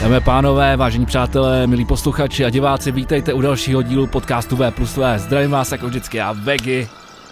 Dámy a pánové, vážení přátelé, milí posluchači a diváci, vítejte u dalšího dílu podcastu V+V. Zdravím vás jako vždycky, já Vegy.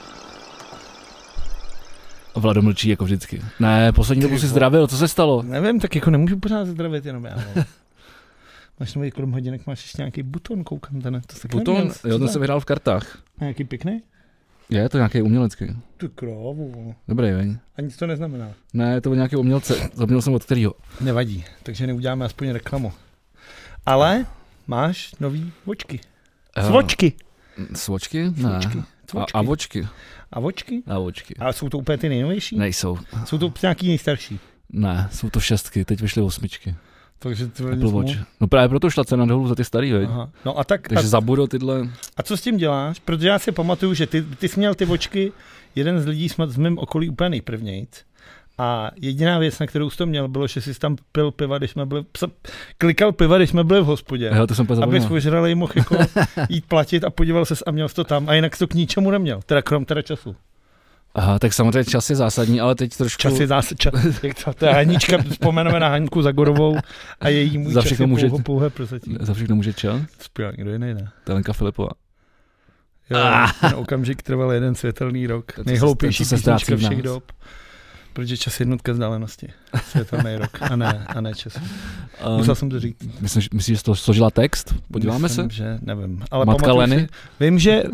Vlado mlčí jako vždycky. Ne, poslední dobu si zdravil, co se stalo? Nevím, tak jako nemůžu pořád zdravit, jenom já. Máš nový kolem hodinek, máš ještě nějaký buton, koukám ten. Buton? Jo, ten jsem vyhrál v kartách. A nějaký pěkný? Je to nějaký umělecký. Ty krávu. Dobrý, veň. A nic to neznamená. Ne, to byl nějaký umělce, zapomněl jsem od kterýho. Nevadí, takže neuděláme aspoň reklamu. Ale máš nový vočky. Svočky. Svočky? Ne. A vočky. A vočky? A vočky. A jsou to úplně ty nejnovější? Nejsou. Jsou to nějaký nejstarší? Ne, jsou to 6, teď vyšly 8. Takže to Apple Watch. No právě proto šla cena dolů za ty starý, veď? No a tak. Takže zabudo tyhle. A co s tím děláš? Protože já si pamatuju, že ty jsi měl ty vočky, jeden z lidí z mým okolí úplně nejprvnějc. A jediná věc, na kterou jsi to měl, bylo, že jsi tam pil piva, klikal piva, když jsme byli v hospodě. Jo, to jsem abys vyžralej mohl jako jít platit a podíval ses a měl jsi to tam. A jinak jsi to k ničemu neměl, teda krom času. Aha, tak samozřejmě čas je zásadní, ale teď trošku... Čas je zásadní, to je Hanička, vzpomeneme na Haňku Zagorovou a její můj čas je pouhé prozatím. Za všechno může čas? Spěl někdo jiný, ne? Telenka Filipová. Jo, ten okamžik trval jeden světelný rok. Nejhloupější písnička všech dob. Protože čas je jednotka vzdálenosti. Světelný rok a ne čas. Musel jsem to říct. Myslíš, že to složila text? Podíváme Myslím, se? Že nevím. Ale Matka Leny? Vím, že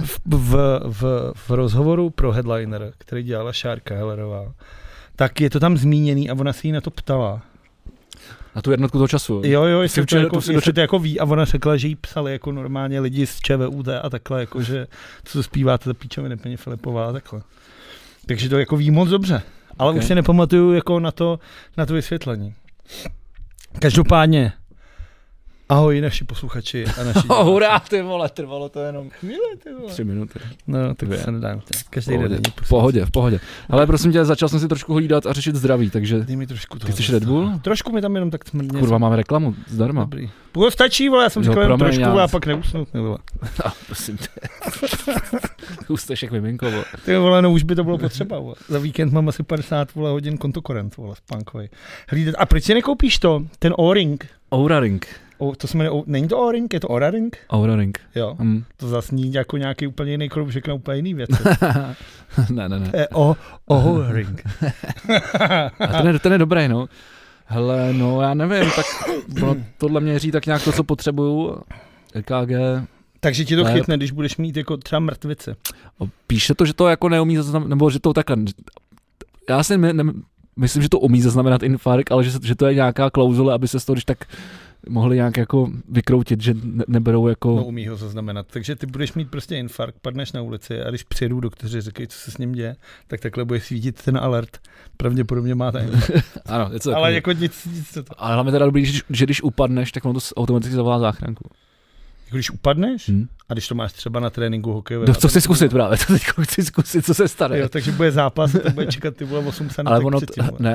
v rozhovoru pro Headliner, který dělala Šárka Hellerová, tak je to tam zmíněný a ona se jí na to ptala. Na tu jednotku toho času? Jo, jestli to jako ví a ona řekla, že jí psali jako normálně lidi z ČVUT a takhle, jako že co zpíváte za píčoviny paní Filipová a takhle. Takže to jako ví moc dobře. Ale už se nepamatuju jako na to vysvětlení. Každopádně, ahoj naši posluchači a naši hurá, ty vole, trvalo to jenom chvíli, ty vole. 3 minuty. No, tak se nedám. Každý den. V pohodě. Ale prosím tě, začal jsem si trošku hlídat a řešit zdraví, takže... Dej mi trošku toho. Ty chceš Red Bull? Trošku mi tam jenom tak smrdně. Kurva, máme reklamu, zdarma. Dobrý. Půl stačí, vole, já jsem říkal jenom trošku a pak neusnout, ne vole. Prosím tě. Usteš jak miminko, vole. Ty vole, no už by to bylo potřeba, vole. Za víkend mám asi 50 hodin kontokorent, vole, spánkovej. Hlídat. A proč si nekoupíš ten O-Ring? Oura Ring. To se jmenuje, není to O-Ring, je to Oura Ring? Oura Ring. Jo, to zasní jako nějaký úplně jiný kroužek na úplně jiný věci. Ne. Oura Ring. A ten je dobrý, no. Hele, no já nevím, tak tohle měří tak nějak to, co potřebuju. EKG. Takže ti to chytne, když budeš mít jako třeba mrtvice. Píše to, že to jako neumí zaznamenat, nebo že to takhle. Já si myslím, že to umí zaznamenat infarkt, ale že to je nějaká klauzule, aby se z toho, když tak mohli nějak jako vykroutit, že neberou jako... No umí ho zaznamenat, takže ty budeš mít prostě infarkt, padneš na ulici a když přijedou doktoři, říkají, co se s ním děje, tak takhle bude svítit ten alert. Pravděpodobně máte infarkt. Ano, něco ale jako nic to. Ale hlavně teda dobrý, že když upadneš, tak on to automaticky zavolá záchranku. Jako když upadneš? A když to máš třeba na tréninku hokejové. Co chci zkusit právě, to teď chci zkusit, co se stane. Jo, takže bude zápas, to bude čekat ty vole 8 cm. Ale ono ne.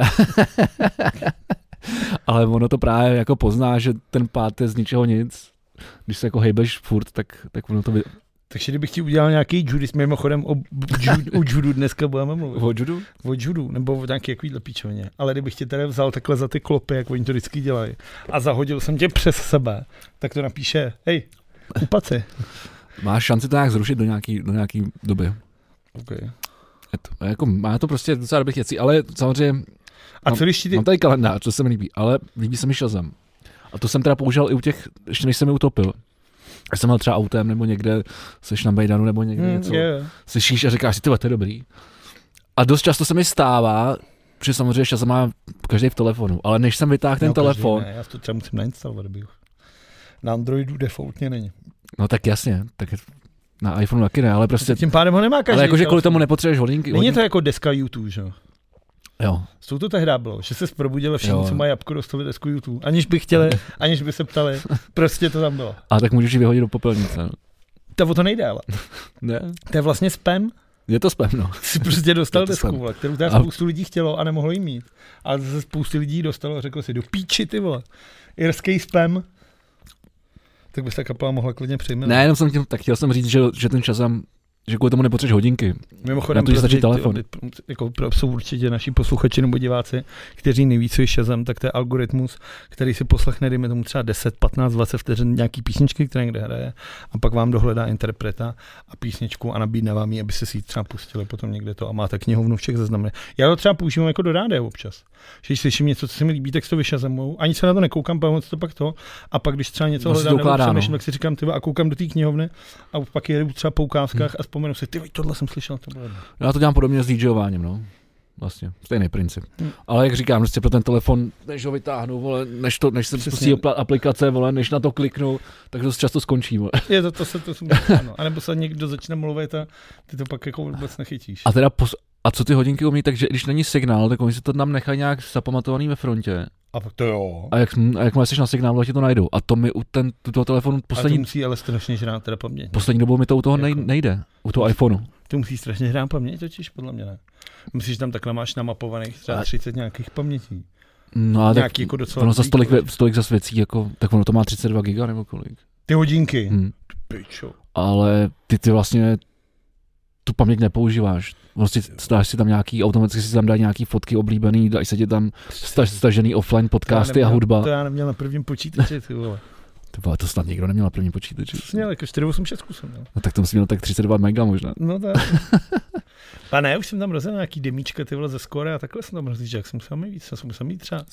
Ale ono to právě jako pozná, že ten pád je z ničeho nic. Když se jako hejbeš furt, tak ono to... Takže kdybych ti udělal nějaký judy, mimochodem o judu dneska budeme mluvit. O judu? O judu, nebo o nějaký jakýhle píčovině. Ale kdybych tě tady vzal takhle za ty klopy, jak oni to vždycky dělají, a zahodil jsem tě přes sebe, tak to napíše, hej, upaci. Máš šanci to nějak zrušit do nějaký doby. Okay. Jako, má to prostě docela dobrých věcí, ale samozřejmě... A co když mám tady kalendář, to se mi líbí, ale líbí se mi Shazam. A to jsem teda použil i u těch, ještě než jsem mi utopil. Když jsem měl třeba autem, nebo někde, seš na Bejdanu, nebo někde něco, slyšíš a říkáš si, tyhle, to je dobrý. A dost často se mi stává, že samozřejmě Shazam má každý v telefonu, ale než jsem vytáhl ten telefon... Ne, já to třeba musím nainstalovat, na Androidu defaultně není. No tak jasně, tak na iPhoneu taky ne, ale prostě... Tím pádem ho nemá každý. Ale jakože kvůli tomu nepotřebuješ hodinky. Není to jako deska YouTube, že jo? Jo. Co to tehdy bylo, že se probudili všichni, co mají apko, dostali desku YouTube. Aniž by se ptali, prostě to tam bylo. A tak můžeš ji vyhodit do popelnice. No. To nejde, ale. Ne. To je vlastně spam. Je to spam, no. Jsi prostě dostal desku, vole, kterou teda spoustu lidí chtělo a nemohlo jí mít. Ale zase spoustu lidí dostalo a řeklo si, do píči, ty vole. Irský spam. Tak bys ta kapela mohla klidně přejmenovat. Ne, jenom chtěl jsem říct, že ten Shazam že kvůli tomu nepotřebuješ hodinky. Mimochodem, na to, že stačí telefon. Jako jsou určitě naši posluchači nebo diváci, kteří neví, co je Shazam, tak to je algoritmus, který si poslechne, dejme tomu třeba 10, 15, 20 vteřin nějaký písničky, které někde hraje, a pak vám dohledá interpreta a písničku a nabídne vám ji, abyste si ji třeba pustili potom někde to a máte knihovnu všech zaznamenaných. Já to třeba používám jako do rádia občas. Že když slyším něco, co se mi líbí, tak to vyšazamou. Ani se na to nekoukám, pomoc to pak to. A pak když třeba něco hledám nebo přemýšlím, tak si říkám, a koukám do té knihovny a pak jedu třeba po ukázkách a vzpomenu si, tohle jsem slyšel, to bylo. Já to dělám podobně s DJováním, no. Vlastně, stejný princip. Ale jak říkám, prostě pro ten telefon, než ho vytáhnu, vole, než se spustí aplikace, vole, než na to kliknu, tak to často skončí, vole. Je to ano. A nebo se někdo začne mluvit a ty to pak jako vůbec nechytíš. A teda a co ty hodinky umí, takže když není signál, tak oni si to tam nechají nějak zapamatovaný ve frontě. A to jo. A jak jsi na signálu, tak ti to najdou. A to mi u toho telefonu poslední... A to musí ale strašně žrát teda paměť. Poslední dobou mi to u toho nejde. U toho iPhoneu. To musí strašně žrát paměť, totiž podle mě ne. Myslíš, že tam takhle máš namapovaných třeba 30 nějakých pamětí. No a nějaký tak jako docela ono za stolik zas věcí, jako, tak ono to má 32 giga nebo kolik. Ty hodinky. Pičo. Ale ty vlastně tu paměť nepoužíváš. Vlastně stáš si tam nějaký, automaticky si tam dá nějaký fotky oblíbený, dají se ti tam stažený offline podcasty a hudba. To já neměl na prvním počítači, ty vole. To snad nikdo neměl na prvním počítači. To jsi měl jako 486 zkusem, jo. No tak to jsi měl tak 32 mega možná. No tak. A ne, už jsem tam rozdělal nějaký demíčka, ty vole, ze Score a takhle jsem tam rozdělal, jak jsem musel mít víc, jsem musel mít třeba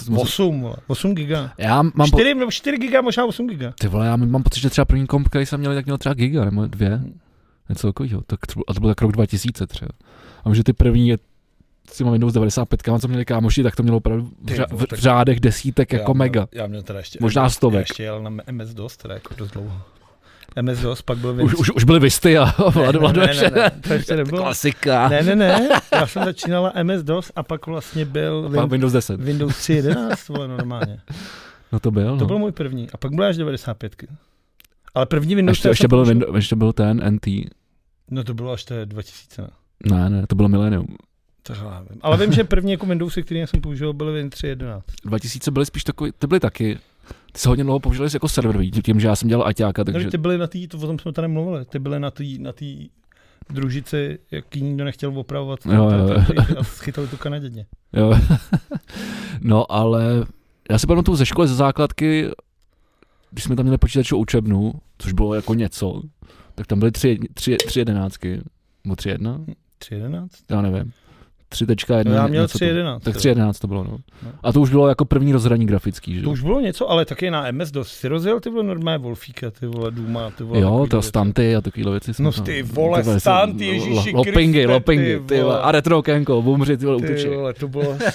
8 giga. Já mám 4 giga, možná 8 giga. Ty vole, já mám pocit, že třeba první komp, který jsem měl, tak měl třeba giga, nebo 2. Něco takového. A to byl tak rok 2000 třeba. A že ty první si mám Windows 95, co měli kámoši, tak to mělo opravdu v řádech desítek jako mega. Já měl teda ještě možná stovek. Já ještě jel na MS-DOS, teda jako dost dlouho. MS-DOS, pak byl Windows. Už byly Visty a Vlado ne, to ještě nebylo. Klasika. Ne, já jsem začínala MS-DOS a pak vlastně byl Windows 10. Windows 3.11, vole, normálně. No to byl, To byl můj první. A pak byl až 95. Ale první Windows... Ještě byl ten NT. No to bylo až to 2000. Ne, to bylo Millennium. Ale vím, že první jako Windowsy, které jsem použil, byly Win 3.11. 2000 byly spíš takový, ty byly taky. Ty se hodně dlouho použili jako serverový, tím, že já jsem dělal aťáka, takže... No, ty byly na té, to o tom jsme tady mluvili, ty byly na té družici, jaký nikdo nechtěl opravovat, a schytali tu Kanaděně. Jo. No, ale já si pamatuju ze školy, ze základky, když jsme tam měli počítačovou učebnu, což bylo jako něco, tak tam byly 3.11, nebo 3.1? 3.11? Já nevím. 3.1. No já měl 3.11. Tak 3.11 to bylo, no. A to už bylo jako první rozhraní grafický, že? To už bylo něco, ale taky na MS-DOS si rozjel ty vole normální Wolfíka, ty vole Duma, ty vole. Jo, to Stanty a takovýhle věci. No ty vole Stanty, Ježíši Lopingy, ty vole. A retro okénko, boomři, ty vole, útočí. To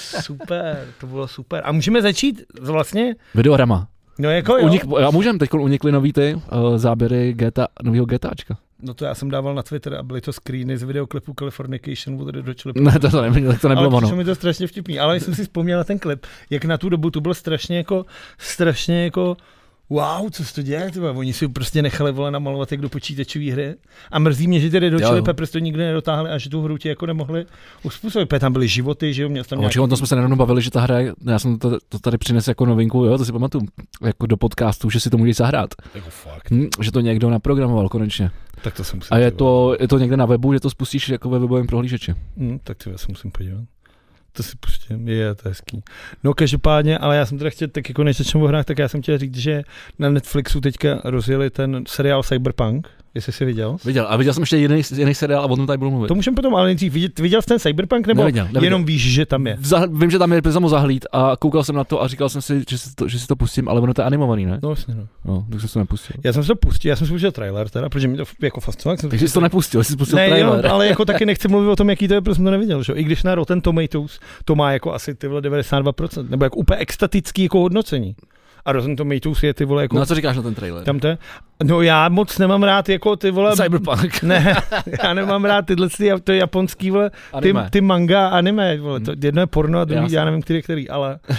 bylo super. A můžeme začít vlastně... Videorama. No jako jo. A můžeme, teď unikly nový záběry novýho GTAčka. No to já jsem dával na Twitter a byly to screeny z videoklipu Californication od Red Hot Chili Peppers. Ne, to nebylo ono. Ale mi to strašně vtipný, ale jsem si vzpomněl na ten klip, jak na tu dobu to byl strašně jako wow, co se to děje, tyba. Oni si prostě nechali vole namalovat jak do počítačové hry a mrzí mě, že ty Red Hot Chili Peppers to nikdy nedotáhli a že tu hru ti jako nemohli uspůsobit, protože tam byly životy, že jo, měl tam nějaký... O tom jsme se nedávno bavili, že ta hra, já jsem to tady přinesl jako novinku, jo, to si pamatuju, jako do podcastu, že si to můžeš zahrát. Jako fakt. Že to někdo naprogramoval konečně. Tak to se musím a je to někde na webu, že to spustíš jako ve webovém prohlížeči. Tak to já se musím podívat. To si pustím, to je hezký. No každopádně, ale já jsem teda chtěl, tak jako než začneme o hrách, tak já jsem chtěl říct, že na Netflixu teďka rozjeli ten seriál Cyberpunk, jestli jsi viděl. Viděl, a viděl jsem ještě jiný seriál a o tom tady budu mluvit. To můžeme potom, ale nejdřív, viděl jsi ten Cyberpunk, nebo neviděl. Jenom víš, že tam je? Vím, že tam je, jsem ho zahlíd a koukal jsem na to a říkal jsem si, že si to pustím, ale ono to je animovaný, ne? No vlastně, no. No, tak jsem to nepustil. Já jsem si pustil trailer teda, protože mi to jako fascinovalo. Takže jsi to nepustil, jsi pustil trailer. Ne, ale jako taky nechci mluvit o tom, jaký to je, protože jsem to neviděl, že? I když na Rotten Tomatoes to má jako asi ty vole 92%, nebo jako úplně extatický jako hodnocení. A Rotten Tomatoes je ty vole jako... No a co říkáš na ten trailer? Tam no já moc nemám rád jako ty vole... Cyberpunk. Ne, já nemám rád tyhle to japonský vole, ty manga anime, vole. To jedno je porno a druhý, já nevím který,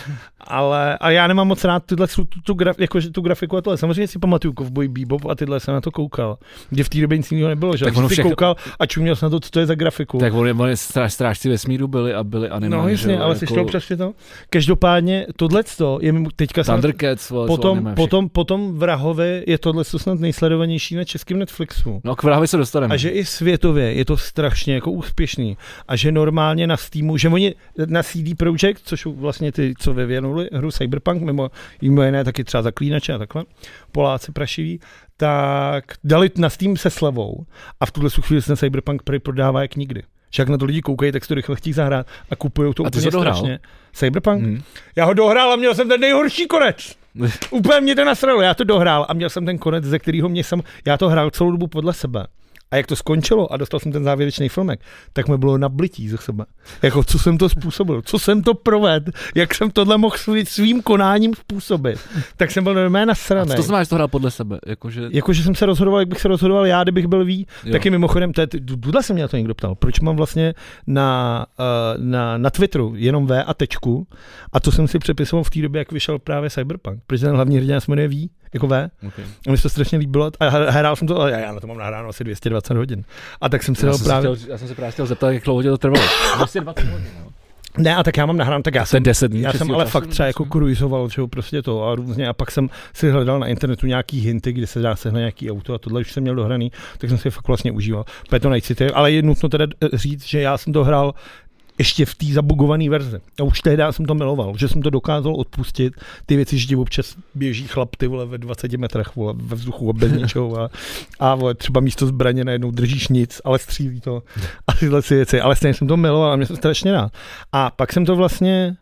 Ale já nemám moc rád tu grafiku a tohle. Samozřejmě si pamatuju Cowboy Bebop a tyhle jsem na to koukal. Kde v té době nic jiného nebylo, že? Tak jsi koukal a čuměl jsem na to, co to je za grafiku. Tak oni strážci vesmíru byli animáni. No jasně, ale jsi to přesně to. Každopádně tohleto je teďka Thundercats, potom Vrahovi je tohle snad nejsledovanější na českém Netflixu. No k Vrahovi se dostaneme. A že i světově je to strašně jako úspěšný. A že normálně na Steamu, že oni na CD Projekt, což vlastně ty, co vyvinuli hru Cyberpunk, mimo jiné taky třeba Zaklínače a takhle, Poláci prašiví, tak dali na Steam se slevou a v tuhle chvíli se ten Cyberpunk prodává jak nikdy. Však na to lidi koukají, tak si to rychle chtějí zahrát a kupujou to úplně strašně. Cyberpunk? Já ho dohrál a měl jsem ten nejhorší konec. Úplně mě to nasralo, já to dohrál a měl jsem ten konec, ze kterého já to hrál celou dobu podle sebe. A jak to skončilo a dostal jsem ten závěrečný filmek, tak mi bylo nablití ze sebe. Jako, co jsem to způsobil, co jsem to provedl, jak jsem tohle mohl svým konáním způsobit. Tak jsem byl normálně nasranej. A co to znamená, že to hrál podle sebe? Jakože jsem se rozhodoval, jak bych se rozhodoval já, kdybych byl ví. Taky mimochodem, tuhle se mě na to někdo ptal, proč mám vlastně na Twitteru jenom V a tečku a to jsem si přepisoval v té době, jak vyšel právě Cyberpunk, protože ten hlavní hrdina se jmenuje V, jako V. Okay. A mi se to strašně líbilo a hrál jsem to, a já na to mám nahráno asi 220 hodin. A tak jsem si dal právě... Já jsem se právě chtěl zeptat, jak dlouho to trvalo. 220 hodin, no. Ne, a tak já mám nahrán, tak já jsem ale fakt třeba jako kruizoval, že prostě to a různě a pak jsem si hledal na internetu nějaký hinty, kde se dá sehnat nějaký auto a tohle už jsem měl dohraný, tak jsem si fakt vlastně užíval. Peto Night City, ale je nutno teda říct, že já jsem to hrál ještě v té zabugované verzi. A už tehdy jsem to miloval, že jsem to dokázal odpustit. Ty věci, že ti občas běží chlap ty vole ve 20 metrech vole, ve vzduchu bez ničeho a vole, třeba místo zbraně najednou držíš nic, ale střílí to. A tyhle si věci. Ale stejně jsem to miloval a mě se strašně rád. A pak jsem to vlastně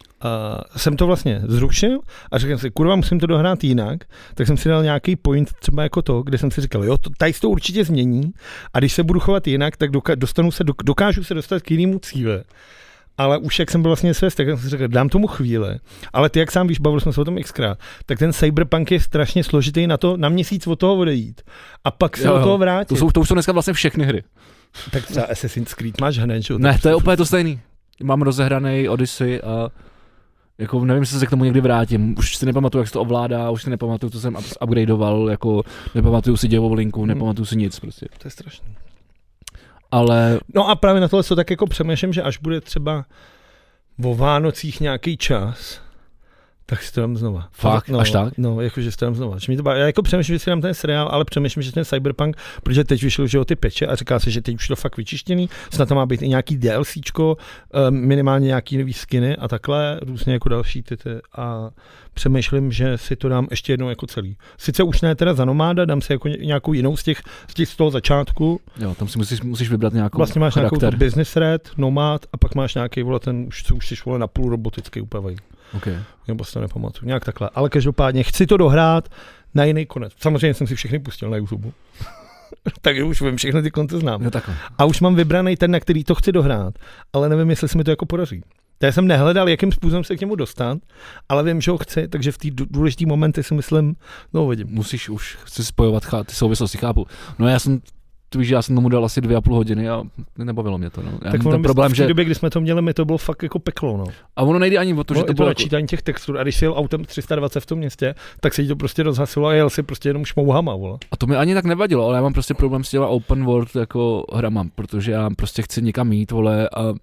zrušil a řekl jsem si, kurva, musím to dohrát jinak, tak jsem si dal nějaký point třeba jako to, kde jsem si říkal, jo, tady se to určitě změní a když se budu chovat jinak, tak dokážu se dostat k jinému cíle. Ale už jak jsem byl vlastně svést, tak jsem si řekl, dám tomu chvíli, ale ty, jak sám víš, bavili jsme se o tom xkrát, tak ten Cyberpunk je strašně složitý na měsíc od toho odejít a pak se od toho vrátit. To už jsou dneska vlastně všechny hry. Tak třeba Assassin's Creed máš hned, že? Ne, to je úplně to stejný. Mám rozehranej Odyssey a jako nevím, jestli se k tomu někdy vrátím. Už si nepamatuju, jak se to ovládá, už si nepamatuju, co jsem upgradeoval, jako nepamatuju si dějovou linku, nepamatuju si nic prostě. To je strašný. Ale... No a právě na tohle co tak jako přemýšlím, že až bude třeba o Vánocích nějaký čas, tak si to dám znova. Fakt? Až tak? No, jakože si to dám znova. Já jako přemýšlím, že si dám ten seriál, ale přemýšlím, že ten Cyberpunk, protože teď vyšel, že ty peče a říká se, že teď už to fakt vyčištěný, snad tam má být i nějaký DLCčko, minimálně nějaký nový skiny a takhle, různě jako další a přemýšlím, že si to dám ještě jednou jako celý. Sice už ne teda za Nomáda, dám si jako nějakou jinou z toho začátku. Jo, tam si musíš vybrat nějakou vlastně máš charakter. Nějakou Business Red, Nomad a pak máš nějaký vole ten už jsi vole napůl robotický úplně. Okay. Nebo si to nepamatuju, nějak takhle. Ale každopádně chci to dohrát na jiný konec. Samozřejmě jsem si všechny pustil na YouTube. Tak už vím, všechny ty konce znám. No, a už mám vybraný ten, na který to chci dohrát, ale nevím, jestli se mi to jako podaří. Já jsem nehledal, jakým způsobem se k němu dostat, ale vím, že ho chci, takže v té důležitý momenty si myslím, no vidím. Musíš už, chci spojovat ty souvislosti, chápu. No já jsem tomu dal asi 2,5 hodiny a nebavilo mě to. No. Tak ten problém, že v době, kdy jsme to měli, mi to bylo fakt jako peklo. No. A ono nejde ani o to, že to bylo načítání těch textur. A když jsi jel autem 320 v tom městě, tak se jí to prostě rozhasilo a jel si prostě jenom šmouhama. Vole. A to mi ani tak nevadilo, ale já mám prostě problém s těma open world jako hrama, protože já prostě chci někam jít, vole, a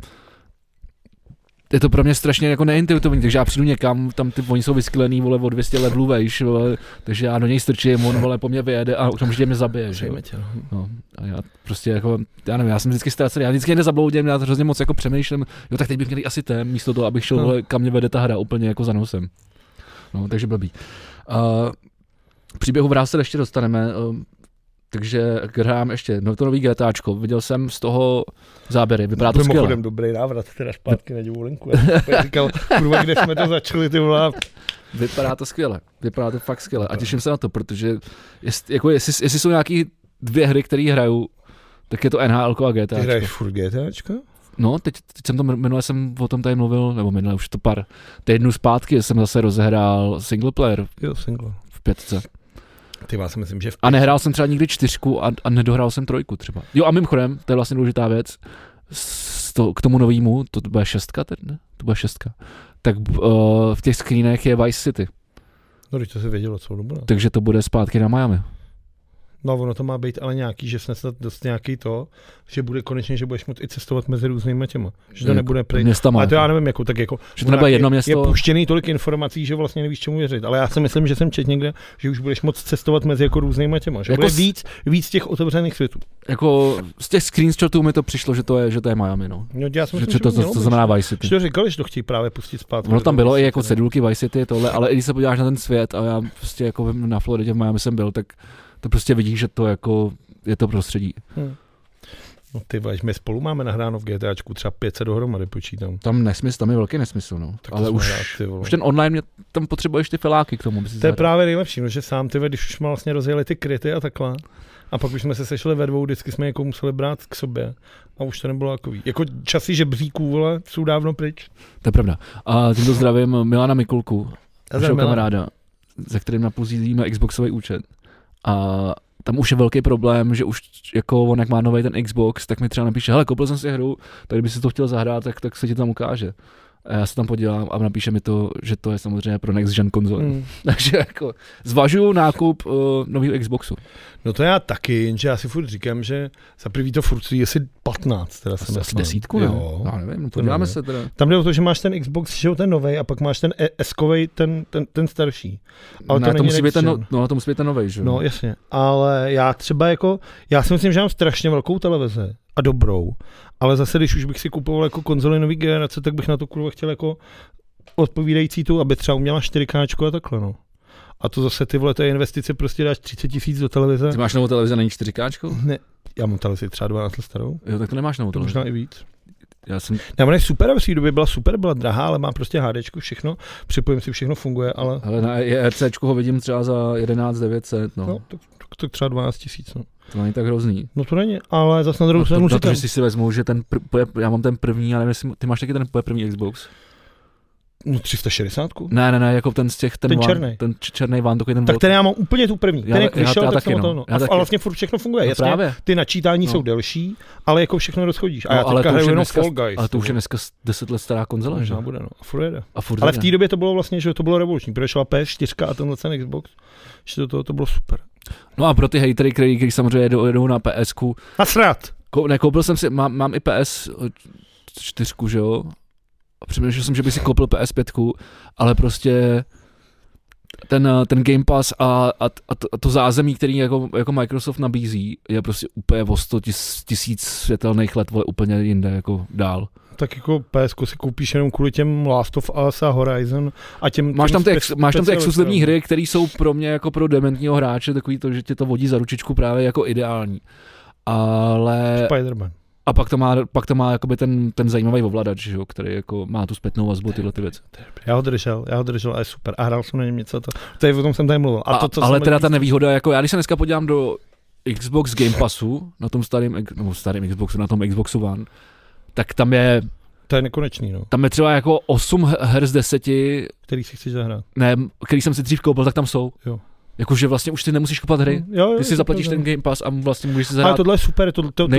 je to pro mě strašně jako neintuitivní, takže já přijdu někam, tam oni jsou vyskylený, vole, o 200 levelů vejš, vole, takže já do něj strčím, on, vole, po mě vyjede a okamžitě mě zabije, že? No, a já prostě jako, já nevím, já jsem vždycky ztracený, já vždycky nezabloudím, já to hrozně moc jako přemýšlím, jo, tak teď bych měl asi místo toho, abych šel, vole, kam mě vede ta hra, úplně jako za nosem. No, takže blbý. Příběhu vrát se ještě dostaneme, takže hrám ještě to nový GTAčko, viděl jsem z toho záběry, vypadá to skvěle. Mimochodem dobrý návrat, teda zpátky na dějovou linku. Já říkal, kurva, kde jsme to začali, ty vole. Vypadá to skvěle, vypadá to fakt skvěle a těším se na to, protože jestli jsou nějaký 2 hry, které hraju, tak je to NHL a GTAčko. Ty hraješ furt GTAčko? No, teď jsem to, minule jsem o tom tady mluvil, nebo minule už to pár týdnů zpátky jsem zase rozehrál single player. Jo, single. V 5. Ty vás myslím, že a nehrál jsem třeba nikdy 4 a nedohrál jsem 3 třeba. Jo a mimochodem, to je vlastně důležitá věc, k tomu novému, to bude 6, ne? To bude 6. Tak v těch screenech je Vice City. No, když to se vědělo celou dobu. Takže to bude zpátky na Miami. No, ono to má být ale nějaký, že snad dost nějaký to, že bude konečně, že budeš moct i cestovat mezi různýma těma. Že to nebude městama. Ale to já nevím, jako tak jako. Že to nebude jedno město. Je puštěný tolik informací, že vlastně nevíš, čemu věřit. Ale já si myslím, že jsem četl někde, že už budeš moct cestovat mezi jako různýma těma. Že jako bude víc těch otevřených světů. Jako z těch screenshotů mi to přišlo, že to je Miami, no. Já si myslím, že to znamená Vice City. Že to říkali, že to chtějí právě pustit zpátky. No tam bylo i jako cedulky Vice City tohle, ale i když se podíváš na ten svět a já prostě jako na Floridě v Miami jsem byl, tak to prostě vidíš, že to jako je to prostředí. No ty važ, my spolu máme nahráno v GTAčku třeba 500 dohromady, počítám. Tam je velký nesmysl, no. Tak ale už ten online, tam potřebuješ ty feláky k tomu. To je právě nejlepší, no, že sám když už má vlastně rozjeli ty kryty a takhle. A pak už jsme se sešli ve dvou, vždycky jsme jako museli brát k sobě. A už to nebylo takový. Jako časy žebříků, vole, jsou dávno pryč. To je pravda. A tímto zdravím Milana Mikulku, našeho kamaráda, za kterým napůzíme Xboxový účet. A tam už je velký problém, že už jako on jak má nový ten Xbox, tak mi třeba napíše, hele, koupil jsem si hru, tak kdyby si to chtěl zahrát, tak se ti tam ukáže. A já se tam podívám a napíše mi to, že to je samozřejmě pro next gen konzole. Takže jako zvažuju nákup nového Xboxu. No to já taky, jenže já si furt říkám, že za prvý to furt je asi 15. Teda asi 10, ne? Jo. Já nevím, no podíváme se teda. Tam jde o to, že máš ten Xbox, že ten novej a pak máš ten S-kovej, ten starší. Ale to musí být to musí být ten novej, že? No jasně, ale já třeba jako, já si myslím, že mám strašně velkou televizi a dobrou, ale zase, když už bych si kupoval jako konzoli nový generace, tak bych na to kurva chtěl jako odpovídající tu, aby třeba uměla 4K a takhle, no. A to zase ty vole, to je investice, prostě dáš 30 000 do televize. Ty máš novou televizi, není 4K? Ne, já mám televizi třeba 12 let starou. Jo, tak to nemáš novou televizi. Možná i víc. Ne, ona je super, v té době byla super, byla drahá, ale má prostě HDčku, všechno, připojím si, všechno funguje, ale... Ale na ERCčku ho vidím třeba za 11 900, no. No, tak třeba 12 000, no. To není tak hrozný. No to není, ale zase na druhou stranu musíte. Protože si vezmu, že já mám ten první, ale myslím, ty máš taky ten první Xbox. No 360? Ne, jako ten z těch, ten černý van, takový ten tak ten já mám úplně tu první, ten jak vyšel, tak jsem to, no. A vlastně furt všechno funguje, no, jasně, právě. Ty načítání jsou delší, ale jako všechno rozchodíš. A já teďka hraju jenom Fall Guys. Ale to už je dneska 10 let stará konzole, že? Bude, no. A furt jede. Ale v té době to bylo vlastně, že to bylo revoluční, protože šla PS4 a tenhle ten Xbox, že to bylo super. No a pro ty hejtery, kteří samozřejmě jedou na PSku. Nasrat! Nekoupil jsem si, mám i PS4, že jo? A přemýšlel jsem, že bych si koupil PS5, ale prostě ten Game Pass a to zázemí, který jako Microsoft nabízí, je prostě úplně o 100 000 světelných let, vole, úplně jinde, jako dál. Tak jako PS si koupíš jenom kvůli těm Last of Us a Horizon a těm... Máš tam ty exkluzivní hry, které jsou pro mě jako pro dementního hráče takový to, že tě to vodí za ručičku právě jako ideální. Ale... Spider-Man. A pak to má jakoby ten zajímavý ovladač, že jo, který jako má tu zpětnou vazbu, tyhle ty věci. Já ho držel a je super. A hrál jsem na něm něco, to je o tom jsem tady mluvil. Ale teda ta nevýhoda, jako já když se dneska podívám do Xbox Game Passu, na tom starým Xboxu, na tom Xboxu One, tak tam je... To je nekonečný, no. Tam je třeba jako 8 her z 10... Který si chceš zahrát. Ne, který jsem si dřív koupil, tak tam jsou. Jo. Jakože vlastně už ty nemusíš kupovat hry. Ty si zaplatíš ten Game Pass a vlastně můžeš si zahrát. Ale tohle je super,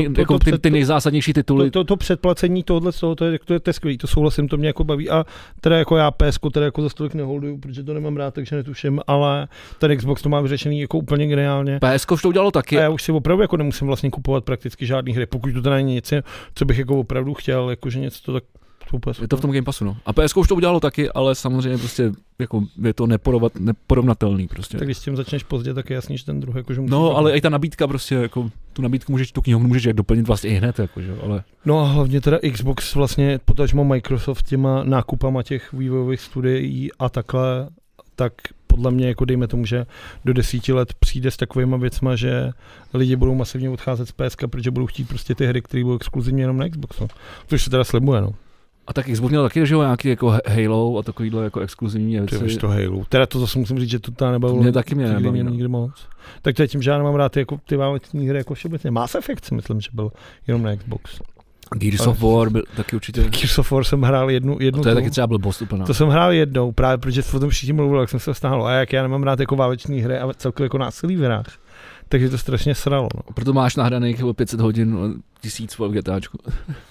ty nejzásadnější tituly. To předplacení tohle, to je skvělý, to souhlasím, to mě jako baví a teda jako já PSku teda jako za stolik neholduju, protože to nemám rád, takže netuším, ale ten Xbox to má vyřešený jako úplně geniálně. PSko už to udělalo taky. A já už si opravdu jako nemusím vlastně kupovat prakticky žádný hry, pokud to teda není něco, co bych jako opravdu chtěl, jakože něco to tak. Je to v tom Game Passu, no. A PS už to udělalo taky, ale samozřejmě prostě jako je to neporovnatelný prostě. Tak když s tím začneš pozdě, tak je jasný, že ten druhý jakože musí. No, ale i ta nabídka prostě jako tu nabídku tu knihovnu můžeš doplnit vlastně i hned jakože, ale. No a hlavně teda Xbox vlastně potažmo Microsoft těma nákupama těch vývojových studií a takhle, tak podle mě jako dejme tomu, že do 10 let přijde s takovýma věcma, že lidi budou masivně odcházet z PSK, protože budou chtít prostě ty hry, které budou exkluzivně jenom na Xboxu. Což se teda slibuje, no. A tak Xbox měl taky, že jo, nějaký jako Halo a takovýhle jako exkluzivní věci. Ty víš to Halo. Teda to zase musím říct, že to ta nebavilo. Mě taky nebavilo. Nikdy moc. Tak to je tím, že já nemám rád jako ty válečné hry jako všeobecně. Mass Effect si myslím, že byl jenom na Xbox. Gears of War byl taky určitě. Gears of War jsem hrál jednu. To je taky třeba blbost úplně. To jsem hrál jednou, právě protože o tom všichni mluvili, jak jsem se stáhl. A jak já nemám rád jako válečné hry a celkově jako násilí v hrách. Takže to strašně sralo. No. Proto máš nahraných 500 hodin 1000 v GTAčku.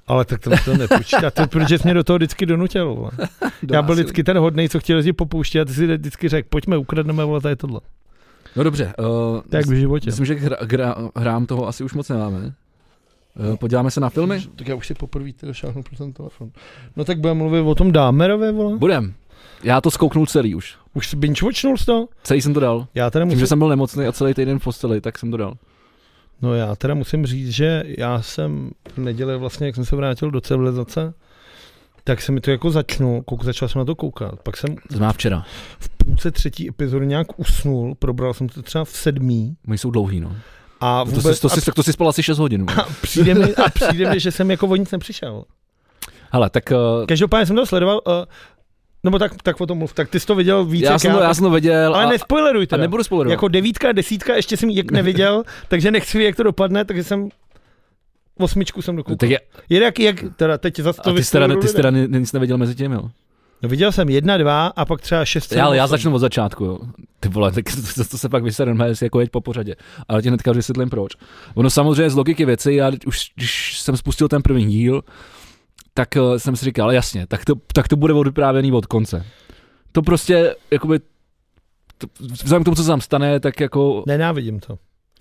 Ale tak to nepočítá, protože jsi mě do toho vždycky donutil. Já byl vždycky ten hodnej, co chtěl jezdit po poušti a ty si vždycky řekl, pojďme, ukradneme, vole, tady tohle. No dobře. Tak v životě. Myslím, že hrám toho asi už moc nemáme. Podíváme se na filmy? Tak já už si poprvé šáhnu pro ten telefon. No tak budeme mluvit o tom Dahmerovi, vole? Budem. Já to zkouknul celý už. Už jsi binge-watchnul to? Celý jsem to dal. Já teda Tím, že jsem byl nemocný a celý týden v posteli, tak jsem to dal. No já teda musím říct, že já jsem v neděli vlastně, jak jsem se vrátil do civilizace, tak se mi to jako začal jsem na to koukat. Pak jsem včera. V půlce 3. epizody nějak usnul, probral jsem to třeba v 7. Oni jsou dlouhý, no. A vůbec, to si spal asi 6 hodin. A přijde mi, že jsem jako o nic nepřišel. Hele, tak... Každopádně jsem to sledoval, nebo tak o tom mluv, tak ty jsi to viděl víc já jsem to viděl. Ale nespoileruj teda. A nebudu spoilerovat. Jako 9, 10, ještě jsem jak neviděl, takže nechci vědět, jak to dopadne, takže jsem 8 jsem dokoukal. Jak teda teď zase to vyspoileruji. Ty jsi teda nic neviděl mezi těmi, jo? No viděl jsem 1, 2 a pak třeba 6. Ale já začnu od začátku, jo. Ty vole, tak to se pak vysereme, jestli jako jeď po pořadě. Ale ti hnedka vysvětlím proč. Ono samozřejmě z logiky věci, já už když jsem spustil ten první díl, tak jsem si říkal, jasně, tak to bude odvyprávěný od konce. To prostě, jakoby, vzhledem k tomu, co se tam stane, tak jako... Nenávidím to.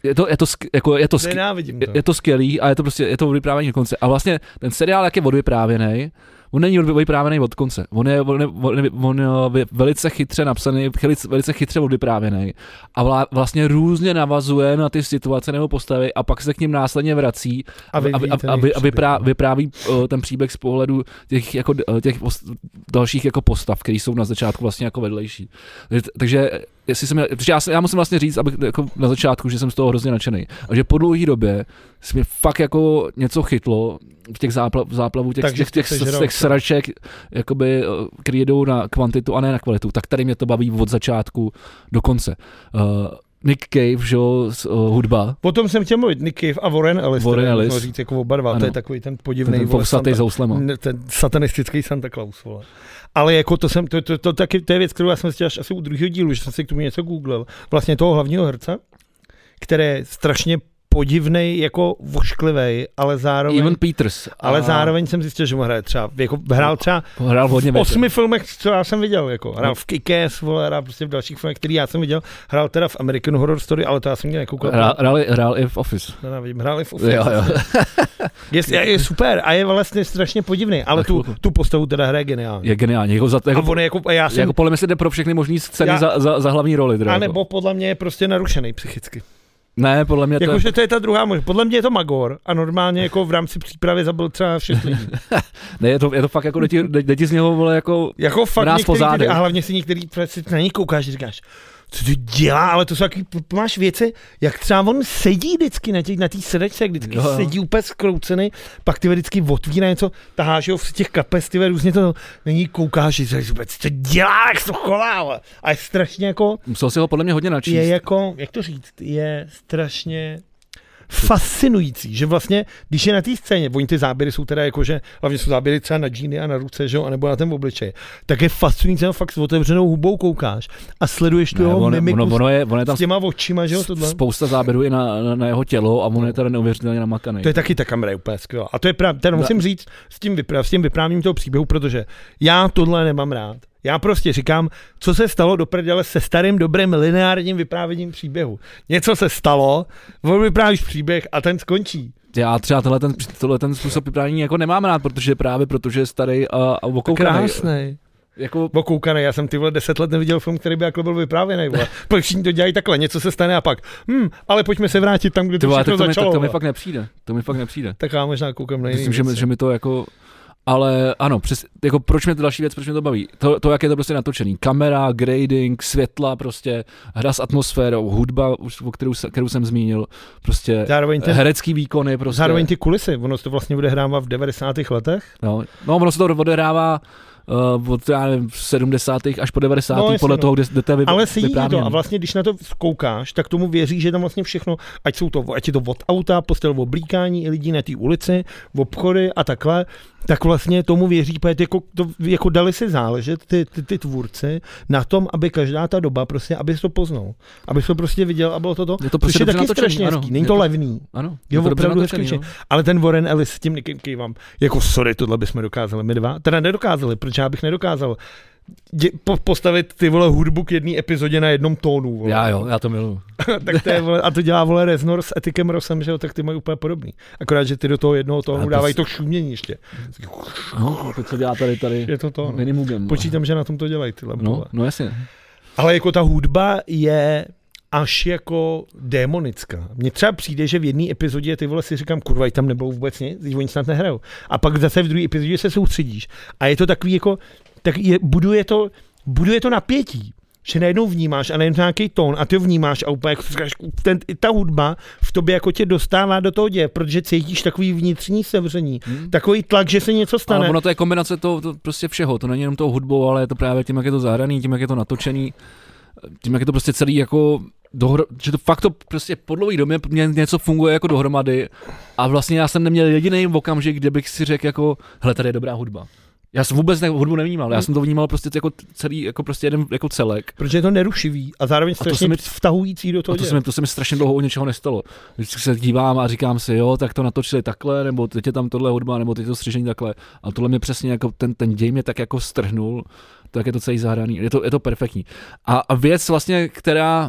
Je to skvělý a je to odvyprávěný od konce. A vlastně ten seriál, jak je odvyprávěný, on není vyprávěný od konce. On je velice chytře napsaný, velice chytře odvyprávěný a vlastně různě navazuje na ty situace nebo postavy a pak se k ním následně vrací a vypráví ten příběh z pohledu těch dalších jako postav, které jsou na začátku vlastně jako vedlejší. Takže já musím vlastně říct, aby jako na začátku, že jsem z toho hrozně nadšený. A že po dlouhé době se mi fakt jako něco chytlo v těch záplavu těch sraček, jakoby, který jedou na kvantitu a ne na kvalitu. Tak tady mě to baví od začátku do konce. Nick Cave, že jo, hudba. Potom jsem chtěl mluvit Nick Cave a Warren Ellis. Říct jako oba dva, to je takový ten podivnej ten satanistický Santa Claus, vole. Ale jako to je věc, kterou já jsem si až asi u druhého dílu, že jsem si k tomu něco googlil. Vlastně toho hlavního herce, který je strašně podivnej, jako vošklivej, ale zároveň... Evan Peters. Ale zároveň jsem zjistil, že mu hraje třeba, jako hrál třeba v 8 filmech, co já jsem viděl, jako hrál v Kick-Ass, hrál prostě v dalších filmech, který já jsem viděl, hrál teda v American Horror Story, ale to já jsem mě nekoukal. Hrál i v Office. Hrál i v Office. Jo. je super a je vlastně strašně podivný, ale tu postavu teda hraje geniálně. Je geniální. Jako podle mě se jde pro všechny možný scény za hlavní roli. A nebo podle mě je prostě narušený psychicky. Ne, podle mě to jakože to je ta druhá možnost. Podle mě je to magor a normálně jako v rámci přípravy zabil třeba 6 lidí. Ne, je to fakt jako jde ti z něho vole jako fakt některý, a hlavně si některý na ní koukáš, říkáš, co to dělá, ale to jsou taky, máš věci, jak třeba on sedí vždycky na té sedačce, vždycky sedí úplně skroucený, pak ty vždycky otvírá něco, taháš ho v těch kapes, ty různě to není koukáš, říkáš vůbec, co dělá, jak se to chová, a je strašně jako... Musel si ho podle mě hodně načíst. Je jako, jak to říct, je strašně fascinující, že vlastně, když je na té scéně, oni ty záběry jsou teda jako, že hlavně jsou záběry třeba na džíny a na ruce, že jo, anebo na ten obličej, tak je fascinující, fakt s otevřenou hubou koukáš a sleduješ tu jeho mimiku s těma očima, že jo, tohle. Spousta záběrů je na jeho tělo a on je teda neuvěřitelně namakaný. To je taky ta kamera je úplně skvělá. A to je právě, teda musím říct s tím vyprávěním toho příběhu, protože já tohle nemám rád. Já prostě říkám, co se stalo do prdele se starým dobrým lineárním vyprávěním příběhu. Něco se stalo, vyprávíš příběh a ten skončí. Já třeba ten způsob vyprávění jako nemám rád, protože je starý a okoukaný. Krásnej. Jako okoukaný, já jsem 10 let neviděl film, který by jako byl vyprávěný. Proč všichni to dělají takhle, něco se stane a pak, ale pojďme se vrátit tam, kde to všechno začalo. To mi fakt nepřijde. Tak já možná koukám na jiný. Myslím, že mi to jako... Ale ano, jako proč mě to další věc, proč mě to baví? To, jak je to prostě natočený. Kamera, grading, světla, prostě hra s atmosférou, hudba, kterou jsem zmínil, prostě herecký výkony. Prostě. Zároveň ty kulisy, ono se to vlastně odehrává v 90. letech. No, ono se to odehrává od 70. až po 90. podle toho, kde to je ale sedí to a vlastně, když na to koukáš, tak tomu věří, že tam vlastně všechno, ať je to od auta, postel oblíkání lidí na té ulici, v obchody a takhle, tak vlastně tomu věří, jako dali si záležet ty tvůrci na tom, aby každá ta doba prostě, aby to poznal. Aby to prostě viděl a bylo to. Je to prostě taky strašně hezký. Není to levný. Ano. Je to opravdu hezký. Ale ten Warren Ellis s tím Nickem Cavem, jako sorry, tohle bychom dokázali my dva. Teda nedokázali, protože já bych nedokázal postavit ty vole hudbu k jedné epizodě na jednom tónu. Vole. Já to miluju. Tak to je, vole, a to dělá vole Reznor s Etikem Rossem, že jo, tak ty mají úplně podobný. Akorát, že ty do toho jednoho tónu dávají to šumění ještě. No, to co dělá tady je to minimugem. Počítám, že na tom to dělají ty lampové. No jasně. Ale jako ta hudba je až jako démonická. Mně třeba přijde, že v jedné epizodě ty vole si říkám, kurva, tam nebylo vůbec nic, oni snad nehrajou. A pak zase v druhé epizodě se soustředíš. A je to takový jako, buduje to napětí, že najednou vnímáš a najednou nějaký tón a ty ho vnímáš a úplně jako ta hudba v tobě jako tě dostává do toho děje, protože cítíš takový vnitřní sevření, takový tlak, že se něco stane. Ale ono to je kombinace to prostě všeho, to není jenom tou hudbou, ale je to právě tím, jak je to zahraný, tím, jak je to natočený, tím, jak je to prostě celý jako že to fakt to prostě po dlouhý době něco funguje jako dohromady a vlastně já jsem neměl jediný okamžik, kde bych si řekl jako, hele, tady je dobrá hudba. Já jsem vůbec hudbu nevnímal, já jsem to vnímal prostě jako celý, jako prostě jeden jako celek. Protože je to nerušivý a zároveň strašně vtahující do toho. To se mi strašně dlouho u něčeho nestalo. Vždycky se dívám a říkám si, jo, tak to natočili takhle, nebo teď je tam tohle hudba, nebo teď to střižení takhle. A tohle mě přesně jako ten děj mě tak jako strhnul, tak je to celý zahraný, je to perfektní. A věc vlastně, která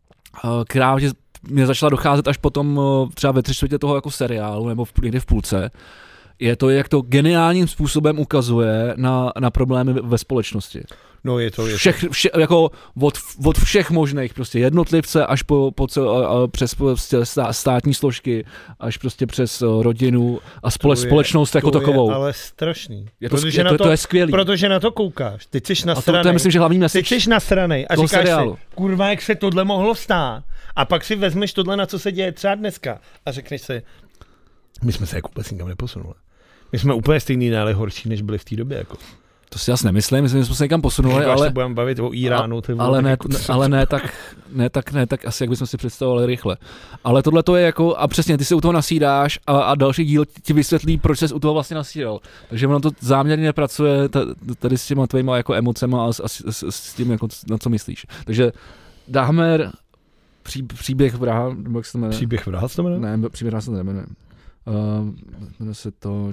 mě začala docházet až potom třeba ve 3/4 toho jako seriálu, nebo někde v půlce, je to, jak to geniálním způsobem ukazuje na problémy ve společnosti. No je to. Jako od všech možných prostě jednotlivce až přes státní složky, až prostě přes rodinu a společnost jako takovou. Je ale strašný. To je skvělý. Protože na to koukáš. Teď jsi nasranej. To je myslím, že hlavní message. Teď jsi nasranej a říkáš seriálu. Si, kurva, jak se tohle mohlo stát. A pak si vezmeš tohle, na co se děje třeba dneska a řekneš si, my jsme se jako vůbec nikam neposunuli. My jsme úplně stejný, ale horší, než byli v té době. Jako. To si asi nemyslím, myslím, že jsme se někam posunuli, ale se budeme bavit o Iránu. Ale ne tak asi, jak bychom si představovali rychle. Ale tohle to je jako, a přesně, ty se u toho nasídáš a další díl ti vysvětlí, proč ses u toho vlastně nasídal. Takže ono to záměrně pracuje tady s těma tvýma jako emocema a s tím, jako, na co myslíš. Takže Dahmer, příběh Vraha, nebo jak se to jmenuje? Příběh Vraha se to jmenuje? Ne, příběh Vraha se to jmenuje. Jmenuje se to,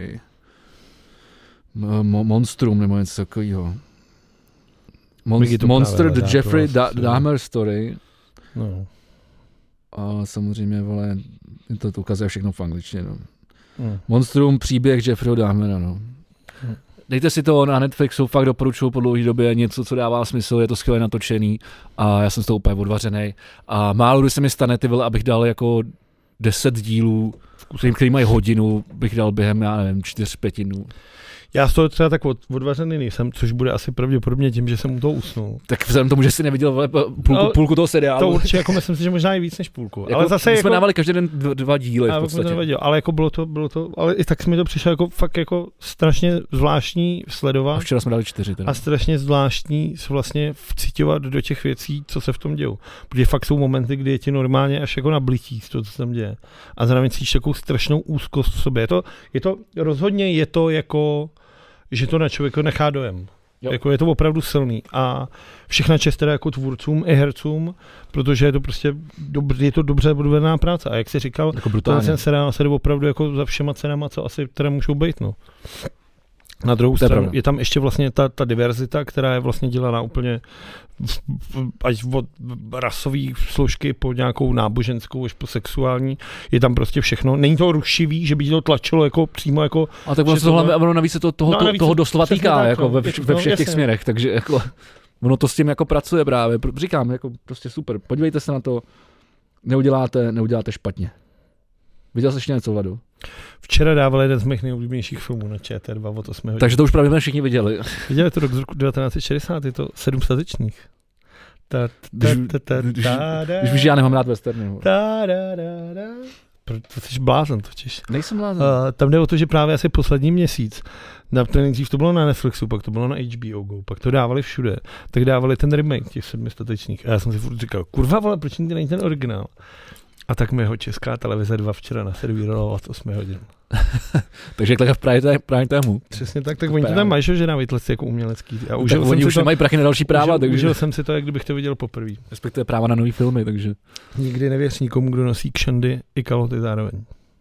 Monstrum nebo něco takového. Monster, the Jeffrey Dahmer story. No. A samozřejmě, vole, to ukazuje všechno v angličtině. No. Monstrum, příběh Jeffreyho Dahmera, no. Dejte si to na Netflixu, fakt doporučuju po dlouhé době, něco, co dává smysl, je to skvěle natočený a já jsem z toho úplně odvařenej. A málo kdy se mi stane, ty vole, abych dal jako 10 dílů, který mají hodinu, bych dal během, já nevím, 4-5 dnů. Já z toho třeba tak odvařený nejsem, což bude asi pravděpodobně tím, že jsem u toho usnul. Tak vzhledem tomu, že jsi neviděl půlku toho seriálu. To určitě, jako myslím si, že možná i víc než půlku. Jako, ale zase jsme dávali každý den 2 díly v podstatě. Ale jako bylo to, ale i tak mi to přišlo jako fakt jako strašně zvláštní sledovat. A včera jsme dali 4 teda. A strašně zvláštní vlastně vciťovat do těch věcí, co se v tom dějou. Protože fakt jsou momenty, kdy je ti normálně až jako nablití z toho, co se tam děje. A zároveň cítíš takovou strašnou úzkost v sobě. Rozhodně je to jako že to na člověka nechá dojem. Jako je to opravdu silný a všechna čest teda jako tvůrcům i hercům, protože je to prostě je to dobře odvedená práce a jak jsi říkal, jako ten seriál se jde opravdu jako za všema cenama, co asi teda můžou být, no. Na druhou stranu je tam ještě vlastně ta diverzita, která je vlastně dělaná úplně až od rasové složky po nějakou náboženskou až po sexuální, je tam prostě všechno. Není to rušivý, že by to tlačilo jako přímo jako... A tak ono navíc se toho doslova týká jako ve všech těch směrech, takže jako ono to s tím jako pracuje právě. Říkám, jako prostě super, podívejte se na to, neuděláte špatně. Viděl jsi ještě něco, Vladu? Včera dával jeden z mých nejoblíbenějších filmů na ČT2 od 8 hodin. Takže to už právě všichni viděli. Viděli to rok 1960, je to 7 statečných. Když víš, já nemám rád westerny. To jsi blázen totiž. Nejsem blázen. Tam jde o to, že právě asi poslední měsíc, nejdřív to bylo na Netflixu, pak to bylo na HBO Go, pak to dávali všude, tak dávali ten remake těch 7 statečných. A já jsem si furt říkal, kurva vole, proč není ten originál? A tak mi ho Česká televize 2 včera naservírovala 8 hodin. Takže takhle v prime timeu. Přesně tak oni to tam mají, že dávají tleci jako umělecký. A oni už nemají prachy na další práva. Užil jsem si to, jak kdybych to viděl poprvé. Respektive práva na nový filmy, takže. Nikdy nevěř nikomu, kdo nosí kšandy i kalhoty zároveň.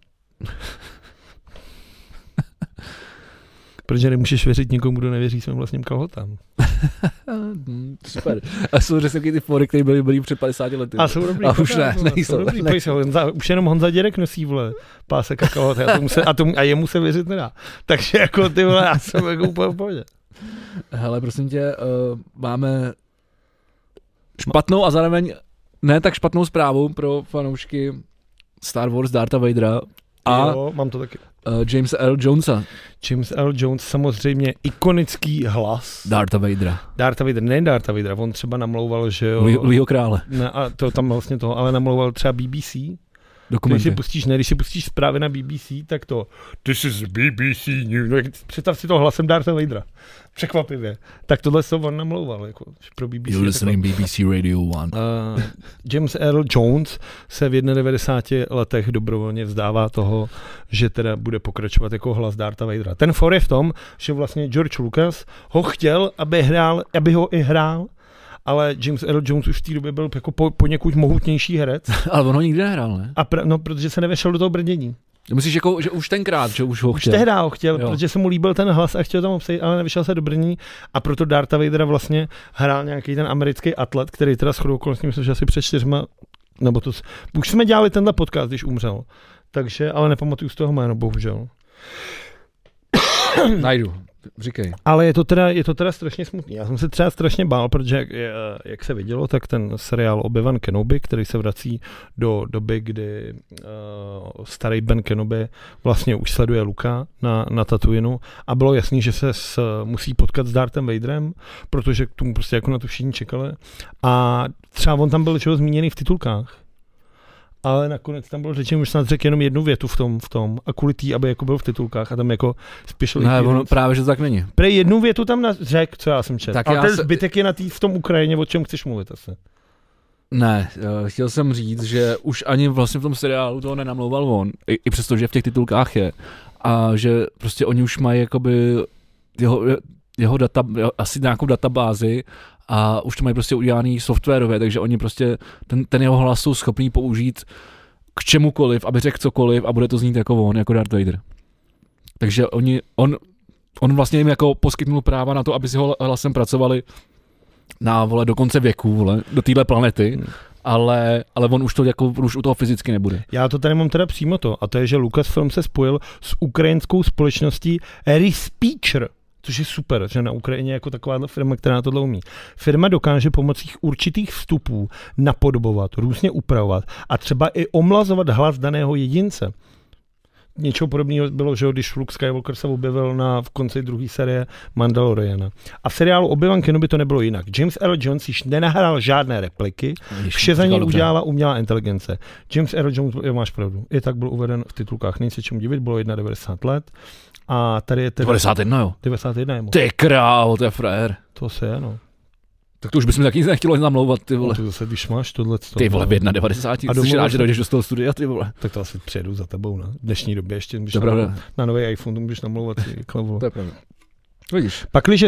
Protože nemůžeš věřit nikomu, kdo nevěří svým vlastním kalhotám. Super. A jsou řecky ty fóry, které byly před 50 lety. A jsou dobrý. A už nejsou. Už jenom Honza Dědek nosí, vole, pásek a kalhoty. A jemu se věřit nedá. Takže jako ty vole, já jsem jako úplně v pohodě. Hele, prosím tě, máme špatnou a zároveň ne tak špatnou zprávu pro fanoušky Star Wars Dartha Vadera. A jo, mám to taky. James Earl Jonesa. James Earl Jones, samozřejmě ikonický hlas. Dartha Vadera. Ne Dartha Vadera, on třeba namlouval, že jo. Louisho krále. Ne, a to tam vlastně toho, ale namlouval třeba BBC. Dokumenty. Když si pustíš zprávy na BBC, tak to This is BBC News. No, představ si to hlasem Dartha Vadera. Překvapivě. Tak tohle se on namlouval jako pro BBC. You're listening BBC Radio 1. James Earl Jones se v 91 letech dobrovolně vzdává toho, že teda bude pokračovat jako hlas Dartha Vadera. Ten for je v tom, že vlastně George Lucas ho chtěl, aby ho i hrál, ale James Earl Jones už v té době byl jako poněkud mohutnější herec. Ale on ho nikdy nehrál, ne? No, protože se nevešel do toho brdění. Myslíš, jako, že už tenkrát, že už ho chtěl? Už tehdy ho chtěl, protože se mu líbil ten hlas a chtěl tam obsadit, ale nevyšel se do brdění a proto Dartha Vadera vlastně hrál nějaký ten americký atlet, který teda shodou okolností, myslím, že asi před 4, nebo to, už jsme dělali tenhle podcast, když umřel, takže, ale nepamatuju z toho jméno, bohužel. Najdu. Říkej. Ale je to teda strašně smutný. Já jsem se třeba strašně bál, protože jak se vidělo, tak ten seriál Obi-Wan Kenobi, který se vrací do doby, kdy starý Ben Kenobi vlastně už sleduje Luka na Tatooinu a bylo jasný, že se musí potkat s Darthem Vaderem, protože k tomu prostě jako na to všichni čekali. A třeba on tam byl zmíněný v titulkách. Ale nakonec tam bylo řečeno, už snad řekl jenom jednu větu v tom a kvůli tý, aby jako byl v titulkách a tam jako spěšil. Ne, ono právě, že to tak není. Prej jednu větu tam řekl, co já jsem četl. Ale ten zbytek je v tom Ukrajině, o čem chceš mluvit asi. Ne, chtěl jsem říct, že už ani vlastně v tom seriálu toho nenamlouval on, i přesto, že v těch titulkách je. A že prostě oni už mají jakoby jeho data, asi nějakou databázi a už to mají prostě udělaný softwarově, takže oni prostě ten jeho hlas jsou schopný použít k čemukoliv, aby řekl cokoliv a bude to znít jako on, jako Darth Vader. Takže on vlastně jim jako poskytnul práva na to, aby si ho hlasem pracovali do konce věku, do téhle planety. Ale on už to jako už u toho fyzicky nebude. Já to tady mám teda přímo to, a to je, že Lucasfilm se spojil s ukrajinskou společností Respeecher, což je super, že na Ukrajině jako taková firma, která tohle umí. Firma dokáže pomocí určitých vstupů napodobovat, různě upravovat a třeba i omlazovat hlas daného jedince. Něčeho podobného bylo, že když Luke Skywalker se objevil v konci druhé série Mandaloriana. A v seriálu Obi-Wan Kenobi to nebylo jinak. James Earl Jones již nenahrál žádné repliky, vše za něj udělala umělá inteligence. James Earl Jones, máš pravdu, i tak byl uveden v titulkách, není se čemu divit, bylo 91 let. A tady je 91, jo? 91 je moc. Ty král, to je frajer. To se je, no. Tak to už bys mi taky nechtělo namlouvat, ty vole. No, to zase, když máš tohle. Ty vole, v 91. Jsi rád, že dojdeš do toho studia, ty vole. Tak to asi přijedu za tebou, ne? V dnešní době ještě můžeš na nový iPhone, to můžeš namlouvat. To je pravda. Vidíš.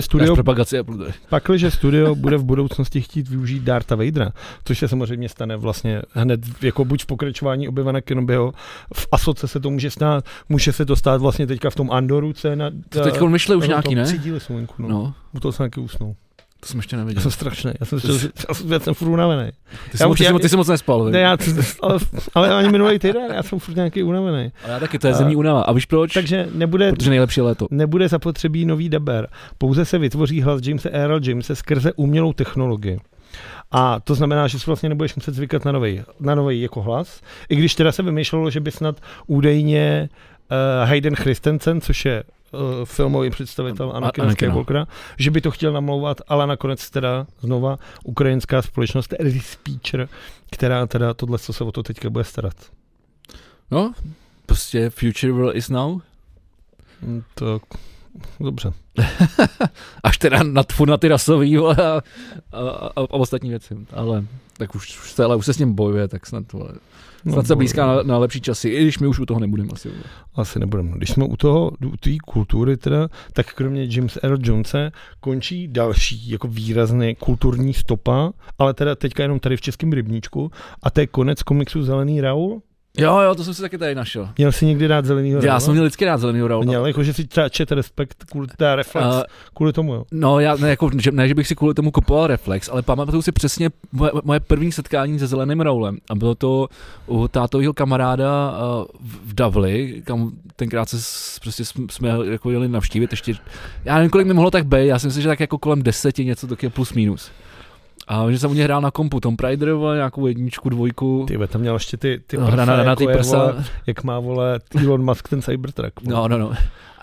Pakliže studio bude v budoucnosti chtít využít Dartha Vadera, což se samozřejmě stane vlastně hned jako buď v pokračování Obi-Wana Kenobiho, v Asoce se to může stát, může se to stát vlastně teďka v tom Andoru, co je na... Teďka on myšle už nějaký, ne? 3 díly jsou venku, no. U toho jsem taky usnul. To jsem ještě neviděl. Já jsem strašný, já jsem furt unavený. Ty jsi moc nespal, ne, ale ani minulý týden, já jsem furt nějaký unavený. Ale já taky, to je zimní únava. A víš proč? Takže protože nejlepší léto. Nebude zapotřebí nový daber. Pouze se vytvoří hlas Jamesa Earl Jamese skrze umělou technologii. A to znamená, že si vlastně nebudeš muset zvykat na nový jako hlas. I když teda se vymýšlelo, že by snad údajně Hayden Christensen, což je filmový představitel Anakina Skywalkera, že by to chtěl namlouvat, ale nakonec teda znova ukrajinská společnost Respeecher, která teda tohle, co se o to teďka bude starat. No, prostě future world is now. To dobře. Až teda na ty rasový a ostatní věci, ale tak už se s ním bojuje, tak snad se blízká na lepší časy, i když my už u toho nebudeme asi. Asi nebudeme. Když jsme u té kultury teda, tak kromě James Earl Jonese končí další jako výrazný kulturní stopa, ale teda teďka jenom tady v Českém rybníčku, a to je konec komiksu Zelený Raoul. Jo, to jsem si taky tady našel. Měl jsi někdy rád Zelenýho Raoula? Já jsem měl vždycky rád Zelenýho Raoula. Měl, jakože si třeba čet Respekt kvůli té Reflex, kvůli tomu, jo? No, já ne, že bych si kvůli tomu kupoval Reflex, ale pamatuju si přesně moje první setkání se Zeleným Raoulem. A bylo to u tátovýho kamaráda v Davli, kam tenkrát jsme jako jeli navštívit ještě. Já nevím, kolik mi mohlo tak být, já si myslím, že tak jako kolem 10 něco taky plus minus. A že jsem u něj hrál na kompu Tomb Raider, nějakou 1, 2. Ty tam měl ještě ty prsa, na ty prsa. Vole, jak má, vole, Elon Musk ten Cybertruck. Vole. No.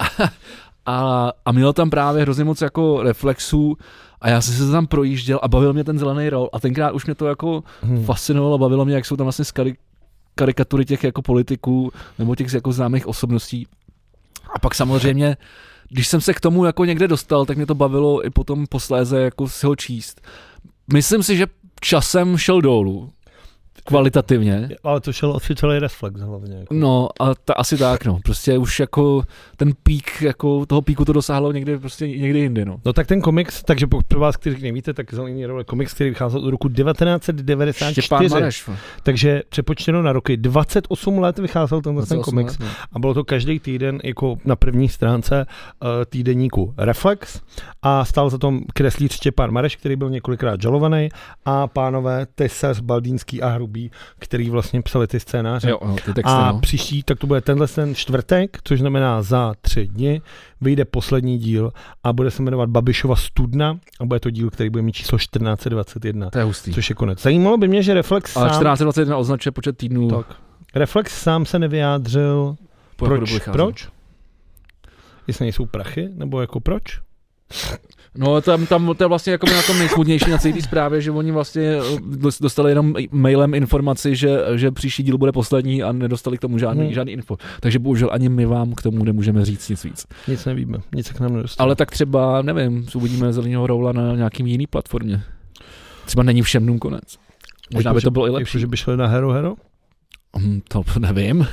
A měl tam právě hrozně moc jako reflexů a já jsem se tam projížděl a bavil mě ten Zelený Raoul a tenkrát už mě to jako fascinovalo, bavilo mě, jak jsou tam vlastně karikatury těch jako politiků nebo těch jako známých osobností. A pak samozřejmě, když jsem se k tomu jako někde dostal, tak mě to bavilo i potom posléze jako si ho číst. Myslím si, že časem šel dolů, kvalitativně. Ale to šel asi celý Reflex hlavně. Jako. No, a asi tak, no. Prostě už jako ten pík, jako toho píku to dosáhlo někde jinde, no. No tak ten komiks, takže pro vás, kteří nevíte, tak Zelený Raoul je komiks, který vycházel od roku 1994. Štěpán Mareš. Takže přepočteno na roky 28 let vycházel ten komiks. Let, no. A bylo to každý týden jako na první stránce týdeníku Reflex a stál za tom kreslíř Štěpán Mareš, který byl několikrát žalovaný, a pánové Tesař, Baldýnský a Hrubý, který vlastně psali ty scénáře. Jo, ty texty, a no. příští, tak to bude tenhle ten čtvrtek, což znamená za 3 dny, vyjde poslední díl a bude se jmenovat Babišova studna a bude to díl, který bude mít číslo 1421. To je hustý. Což je konec. Zajímalo by mě, že Reflex ale sám... 1421 označuje počet týdnů. Tak. Reflex sám se nevyjádřil. Proč? Jestli nejsou prachy, nebo jako proč? No tam to je vlastně jako na tom nejsmutnější na celé té zprávě, že oni vlastně dostali jenom mailem informaci, že příští díl bude poslední a nedostali k tomu žádný info. Takže bohužel ani my vám k tomu nemůžeme říct nic víc. Nic nevíme, nic se k nám nedostalo. Ale tak třeba, nevím, uvidíme Zeleného Raoula na nějakým jiný platformě. Třeba není všem dnům konec. Možná by to bylo i lepší. Že by šli na Hero? To nevím.